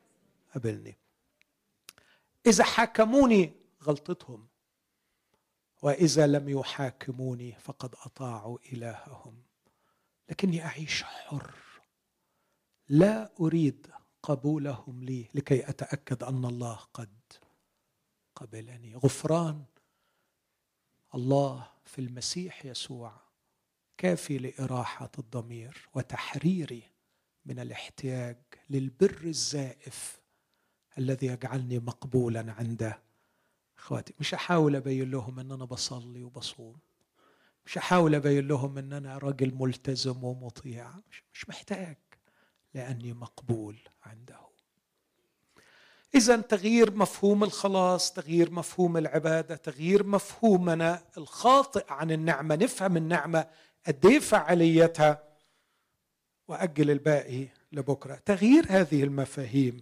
Speaker 1: قبلني. إذا حكموني غلطتهم، وإذا لم يحاكموني فقد أطاعوا إلههم. لكني أعيش حر، لا أريد قبولهم لي لكي أتأكد أن الله قد قبلني. غفران الله في المسيح يسوع كافي لإراحة الضمير وتحريري من الاحتياج للبر الزائف الذي يجعلني مقبولا عند اخواتي. مش هحاول ابين لهم ان انا بصلي وبصوم، مش هحاول ابين لهم ان انا راجل ملتزم ومطيع، مش محتاج، لاني مقبول عنده. اذا تغيير مفهوم الخلاص، تغيير مفهوم العباده، تغيير مفهومنا الخاطئ عن النعمه، نفهم النعمه قد ايه فعاليتها واجل الباقي لبكره. تغيير هذه المفاهيم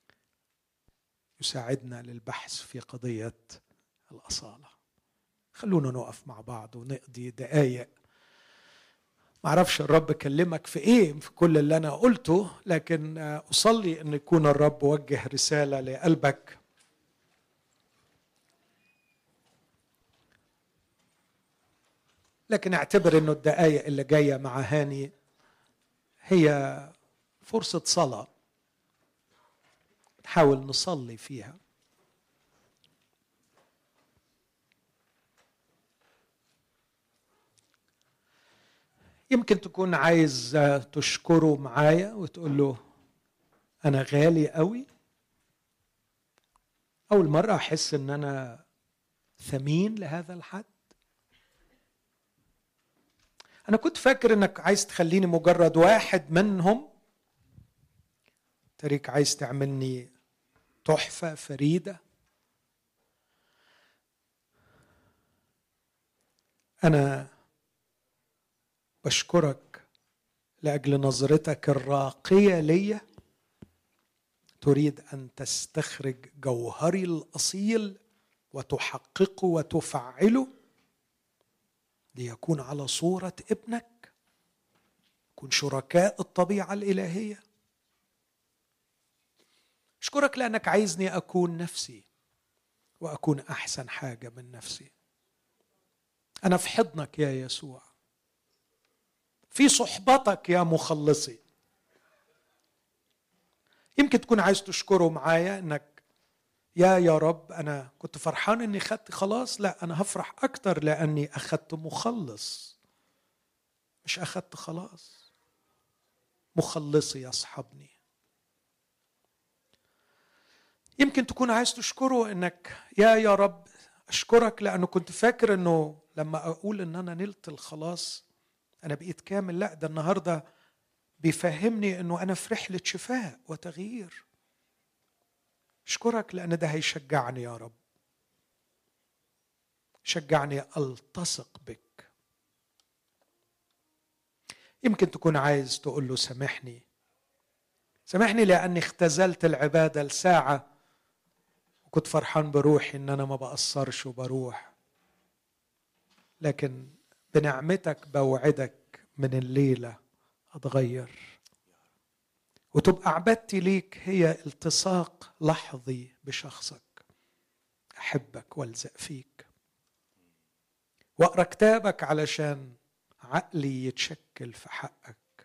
Speaker 1: يساعدنا للبحث في قضيه الأصالة. خلونا نقف مع بعض ونقضي دقايق. معرفش الرب كلمك في ايه في كل اللي انا قلته، لكن اصلي ان يكون الرب وجه رسالة لقلبك. لكن اعتبر انه الدقايق اللي جاية مع هاني هي فرصة صلاة نحاول نصلي فيها. يمكن تكون عايز تشكره معايا وتقول له أنا غالي قوي، أول مرة أحس أن أنا ثمين لهذا الحد. أنا كنت فاكر أنك عايز تخليني مجرد واحد منهم، تريك عايز تعملني تحفة فريدة. أنا بشكرك لأجل نظرتك الراقية لي، تريد أن تستخرج جوهري الأصيل وتحققه وتفعله ليكون على صورة ابنك، يكون شركاء الطبيعة الإلهية. أشكرك لأنك عايزني أكون نفسي وأكون أحسن حاجة من نفسي. أنا في حضنك يا يسوع، في صحبتك يا مخلصي. يمكن تكون عايز تشكره معايا انك يا رب انا كنت فرحان اني خدت خلاص، لا انا هفرح اكتر لاني اخدت مخلص، مش اخدت خلاص. مخلصي يصحبني. يمكن تكون عايز تشكره انك يا رب اشكرك لانه كنت فاكر انه لما اقول ان انا نلت الخلاص انا بقيت كامل. لا، ده النهارده بيفهمني انه انا في رحلة شفاء وتغيير. اشكرك لان ده هيشجعني يا رب، شجعني التصق بك. يمكن تكون عايز تقول له سامحني، سامحني لاني اختزلت العبادة لساعة وكنت فرحان بروحي ان انا ما بقصرش وبروح، لكن بنعمتك بوعدك من الليلة اتغير وتبقى عبادتي ليك هي التصاق لحظي بشخصك. احبك والزق فيك واقرا كتابك علشان عقلي يتشكل في حقك،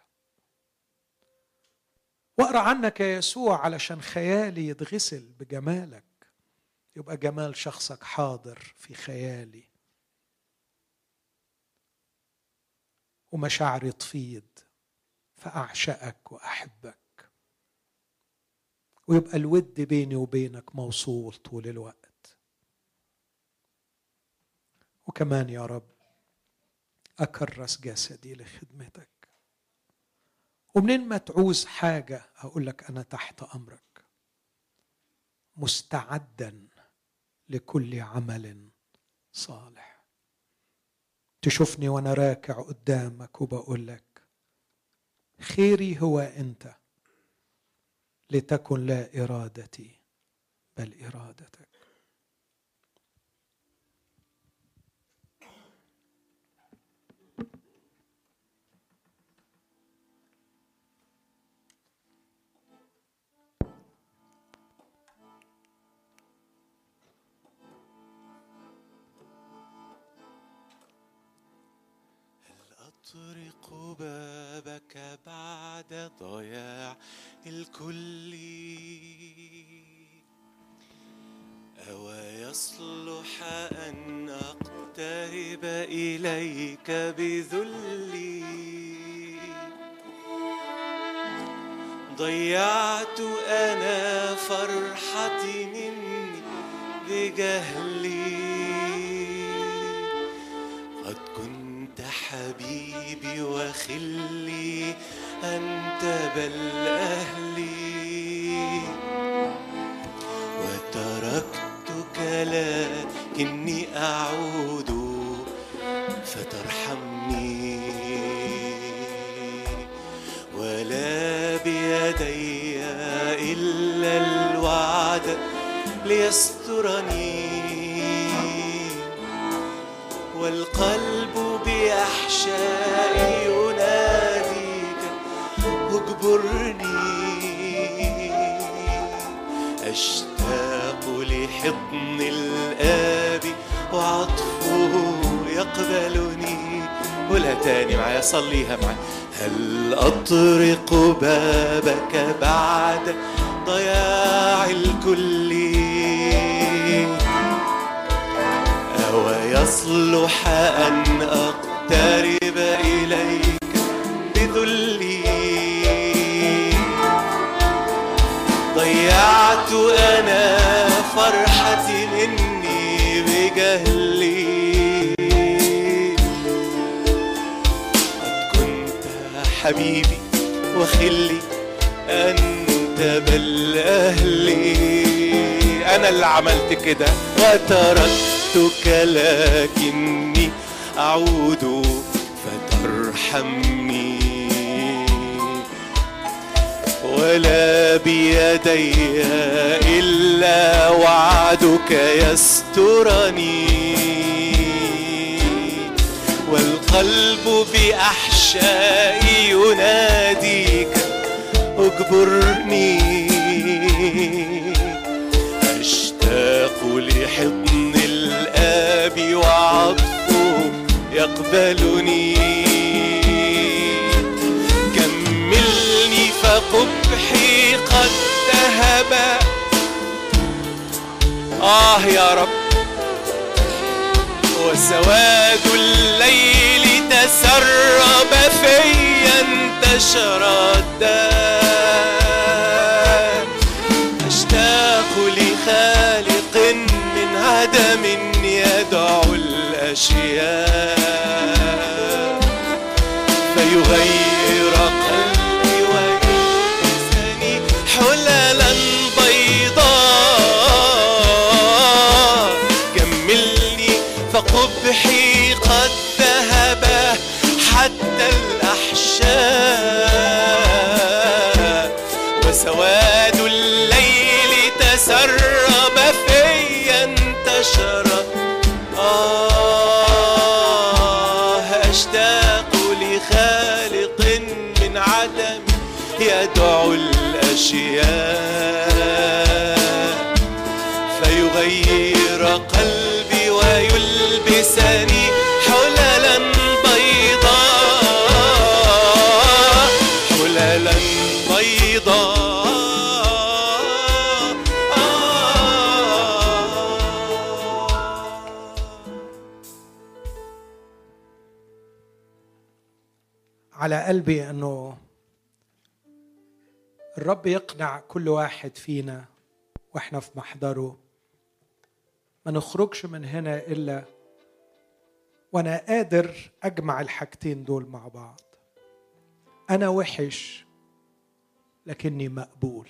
Speaker 1: واقرا عنك يا يسوع علشان خيالي يتغسل بجمالك، يبقى جمال شخصك حاضر في خيالي ومشاعري تفيض فأعشقك وأحبك، ويبقى الود بيني وبينك موصول طول الوقت. وكمان يا رب أكرس جسدي لخدمتك، ومنين ما تعوز حاجة أقول لك أنا تحت أمرك، مستعدا لكل عمل صالح. تشوفني وأنا راكع قدامك وبقول لك خيري هو أنت، لتكن لا إرادتي بل إرادتك.
Speaker 2: أطرق بابك بعد ضياع الكل، أو يصلح أن أقترب إليك بذلي؟ ضيعت أنا فرحتي مني بجهلي، قد كنت حبيبي وخلي، أنت بل أهلي، وتركتك لكني أعود فترحمني، ولا بيدي إلا الوعد ليسترني، والقلب بأحشائي يناديك اجبرني، أشتاق لحضن الآب وعطفه يقبلني. قولها تاني معايا، صليها معايا. هل أطرق بابك بعد ضياع الكل، أو يصلح أن أقترب إليك بذلي؟ ضيعت أنا فرحتي مني بجهلي، قد كنت حبيبي وخلي، أنت بل أهلي. أنا اللي عملت كده وتركتك لكني أعود فترحمني، ولا بيدي إلا وعدك يسترني، والقلب بأحشائي يناديك اجبرني، أشتاق لحضن الآب وعطفه يقبلني، كملني فقبحي قد ذهب. يا رب، وسواد الليل تسرب في انتشر الداء، أشتاق لخالق من عدم يدعو الأشياء، فيغير قلبي ويلبسني حللا بيضاء، كملني فقبحي قد ذهب حتى الأحشاء، وسواد الليل تسرب في انتشر. أشتاق لخالق من عدم يدعو الأشياء، فيغير قلبي ويلبسني حللا بيضاء، حللا بيضاء.
Speaker 1: على قلبي أنه الرب يقنع كل واحد فينا وإحنا في محضره، ما نخرجش من هنا إلا وأنا قادر أجمع الحاجتين دول مع بعض. أنا وحش لكني مقبول،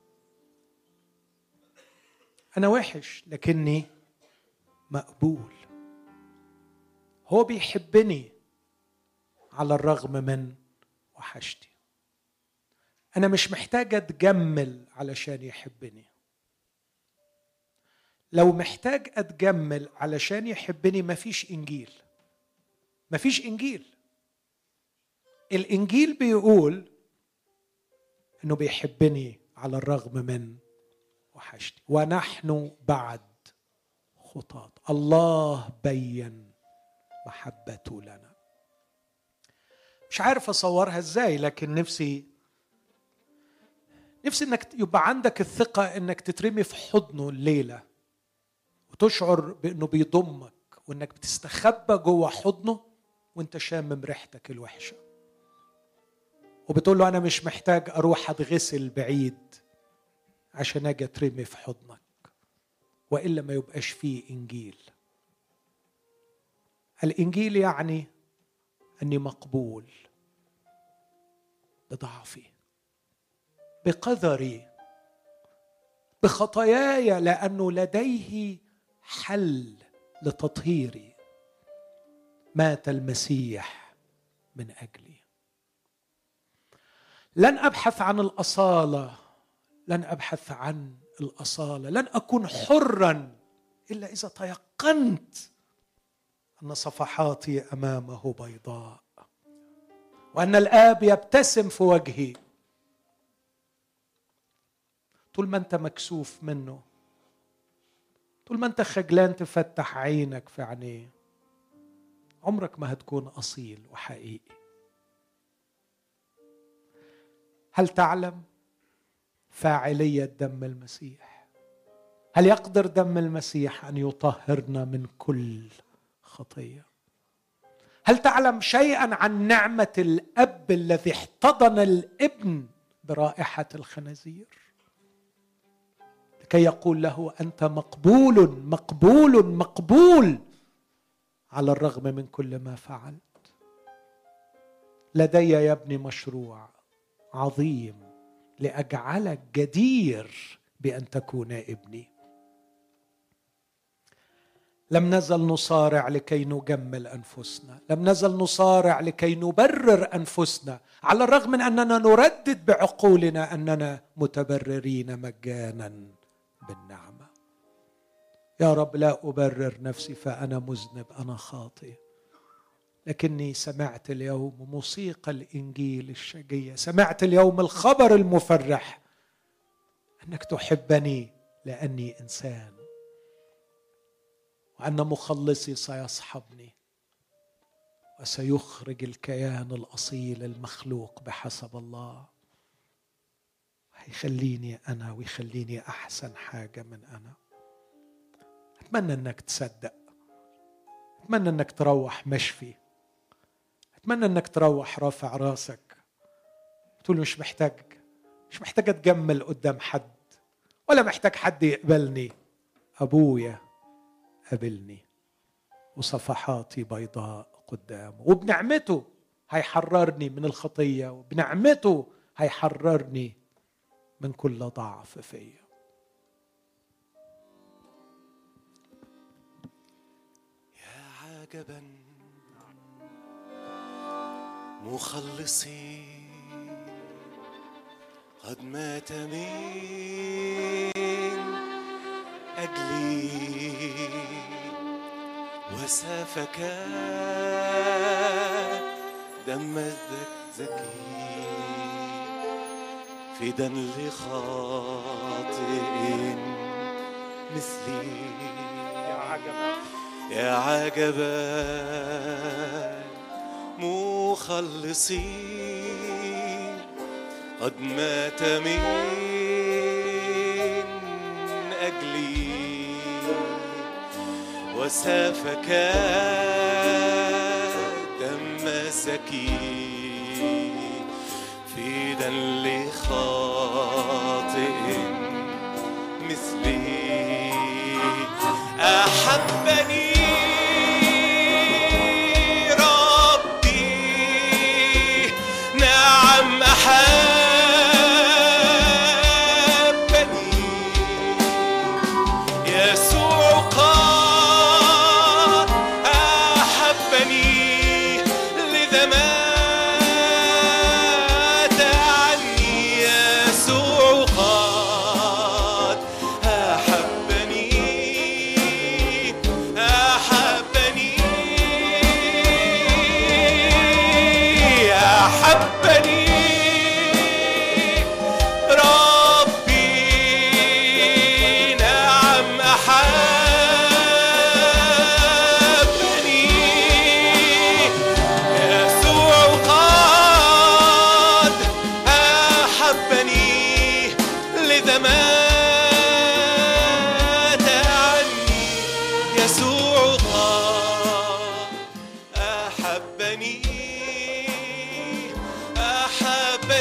Speaker 1: أنا وحش لكني مقبول. هو بيحبني على الرغم من وحشتي. أنا مش محتاج أتجمل علشان يحبني. لو محتاج أتجمل علشان يحبني مفيش إنجيل، مفيش إنجيل. الإنجيل بيقول إنه بيحبني على الرغم من وحشتي ونحن بعد خطاة. الله بين محبته لنا. مش عارف أصورها إزاي، لكن نفسي إنك يبقى عندك الثقة إنك تترمي في حضنه الليلة وتشعر بإنه بيضمك، وإنك بتستخبى جوه حضنه وإنت شامم ريحتك الوحشة، وبتقول له أنا مش محتاج أروح أتغسل بعيد عشان أجي أترمي في حضنك، وإلا ما يبقاش فيه إنجيل. الإنجيل يعني أني مقبول بضعفي، بقدري، بخطاياي، لأنه لديه حل لتطهيري. مات المسيح من أجلي. لن أبحث عن الأصالة، لن أبحث عن الأصالة، لن أكون حرا إلا إذا تيقنت أن صفحاتي أمامه بيضاء، وأن الآب يبتسم في وجهي. طول ما أنت مكسوف منه، طول ما أنت خجلان تفتح عينك في عينيه، عمرك ما هتكون أصيل وحقيقي. هل تعلم فاعلية دم المسيح؟ هل يقدر دم المسيح أن يطهرنا من كل خطية؟ هل تعلم شيئا عن نعمة الأب الذي احتضن الابن برائحة الخنازير لكي يقول له أنت مقبول مقبول مقبول على الرغم من كل ما فعلت؟ لدي يا ابني مشروع عظيم لأجعلك جدير بأن تكون ابني. لم نزل نصارع لكي نجمل أنفسنا، لم نزل نصارع لكي نبرر أنفسنا، على الرغم من أننا نردد بعقولنا أننا متبررين مجانا بالنعمة. يا رب لا أبرر نفسي فأنا مذنب، أنا خاطئ، لكني سمعت اليوم موسيقى الإنجيل الشجية، سمعت اليوم الخبر المفرح أنك تحبني لأني إنسان، وأن مخلصي سيصحبني وسيخرج الكيان الأصيل المخلوق بحسب الله، هيخليني أنا ويخليني أحسن حاجة من أنا. أتمنى أنك تصدق، أتمنى أنك تروح مشفي، أتمنى أنك تروح رافع راسك تقول مش محتاج أتجمل قدام حد، ولا محتاج حد يقبلني. أبويا قبلني وصفحاتي بيضاء قدامه، وبنعمته هيحررني من الخطية، وبنعمته هيحررني من كل ضعف فيا.
Speaker 2: يا عجبا مخلصي قد مات من أجلي وسفك دم الزكي فدا لخاطئ مثلي. يا عجبا مخلصي قد مات من أجلي وسفك دم زكي فدا لخاطئ مثلي. أحبني يسوع قاد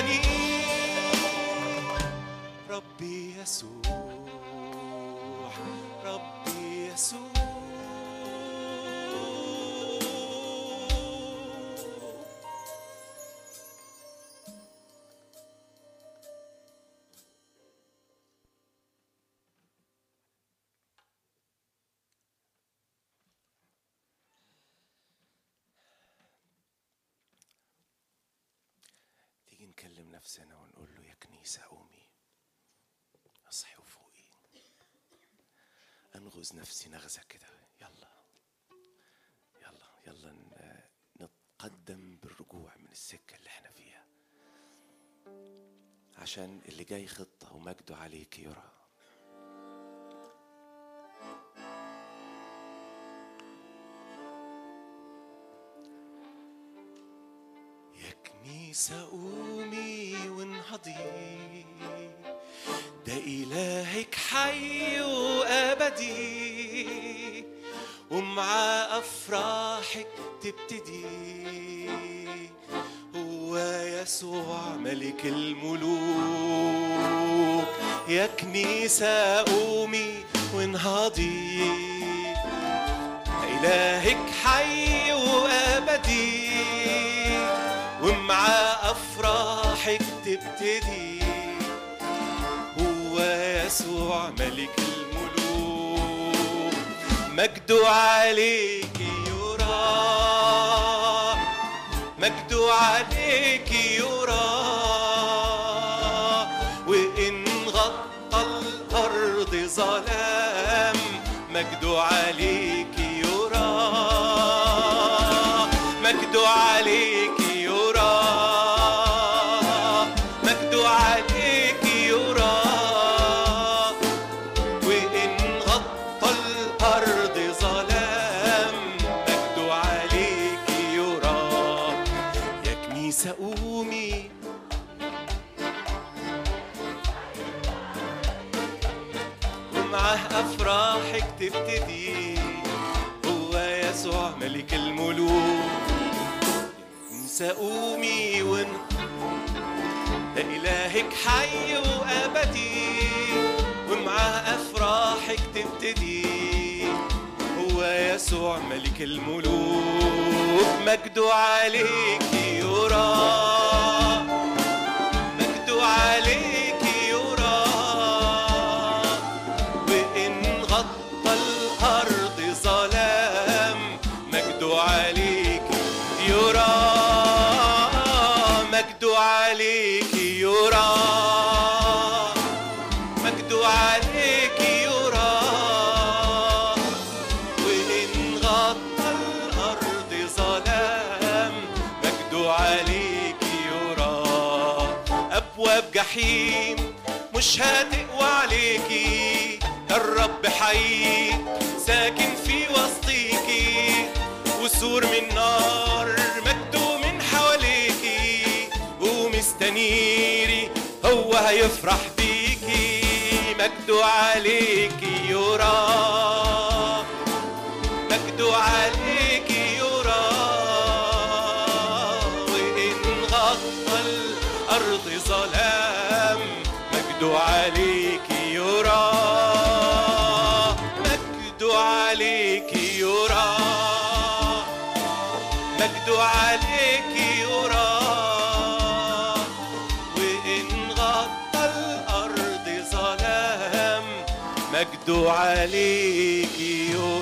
Speaker 2: رباني ربي يسوع ربي يسوع تيجي نكلم نفسنا ونقول له يا كنيسة قومي اصحي وفوقي، انغز نفسي نغزة كده. يلا يلا يلا نتقدم بالرجوع من السكة اللي احنا فيها، عشان اللي جاي خطة ومجده عليك يرى. يا كنيسة قومي وانهضي، ده إلهك حي وأبدي، ومع أفراحك تبتدي. هو يسوع ملك الملوك. يا كنيسة قومي وانهضي، إلهك حي وأبدي، ومع أفراحك تبتدي. هو يسوع ملك الملوك، مجده عليك يرى، مجده عليك يرى. وإن غطى الأرض ظلام، مجده عليك يرى، مجده عليك يرى، مجده عليك يرى. وإن غطى الأرض ظلام، مجده عليك يرى. يا كنيسة قومي ومعه أفراحك تبتدي. هو يسوع ملك الملوك. قومي ده إلهك حي وأبدي، ومعاه أفراحك تبتدي. هو يسوع ملك الملوك، مجده عليك يرى، مجده عليك يرى. وإن غطى الأرض ظلام، مجده عليك يرى، مجده عليك يرى، مجده عليك يرى. وإن غطى الأرض ظلام، مجده عليك يرى. أبواب جحيم مش هتقوى عليكي، الرب حي ساكن في وسطيكي. وسور من نار مجده من حواليكي، ومستنيري هو هيفرح بيكي. مجده عليكي يرى، مجده عليكي يرى. وإن غطى الأرض ظلام، مجده عليكي يرى، مجده عليكي يرى، مجده عليكي يرى. وإن غطى الأرض ظلام، مجده عليكي يرى.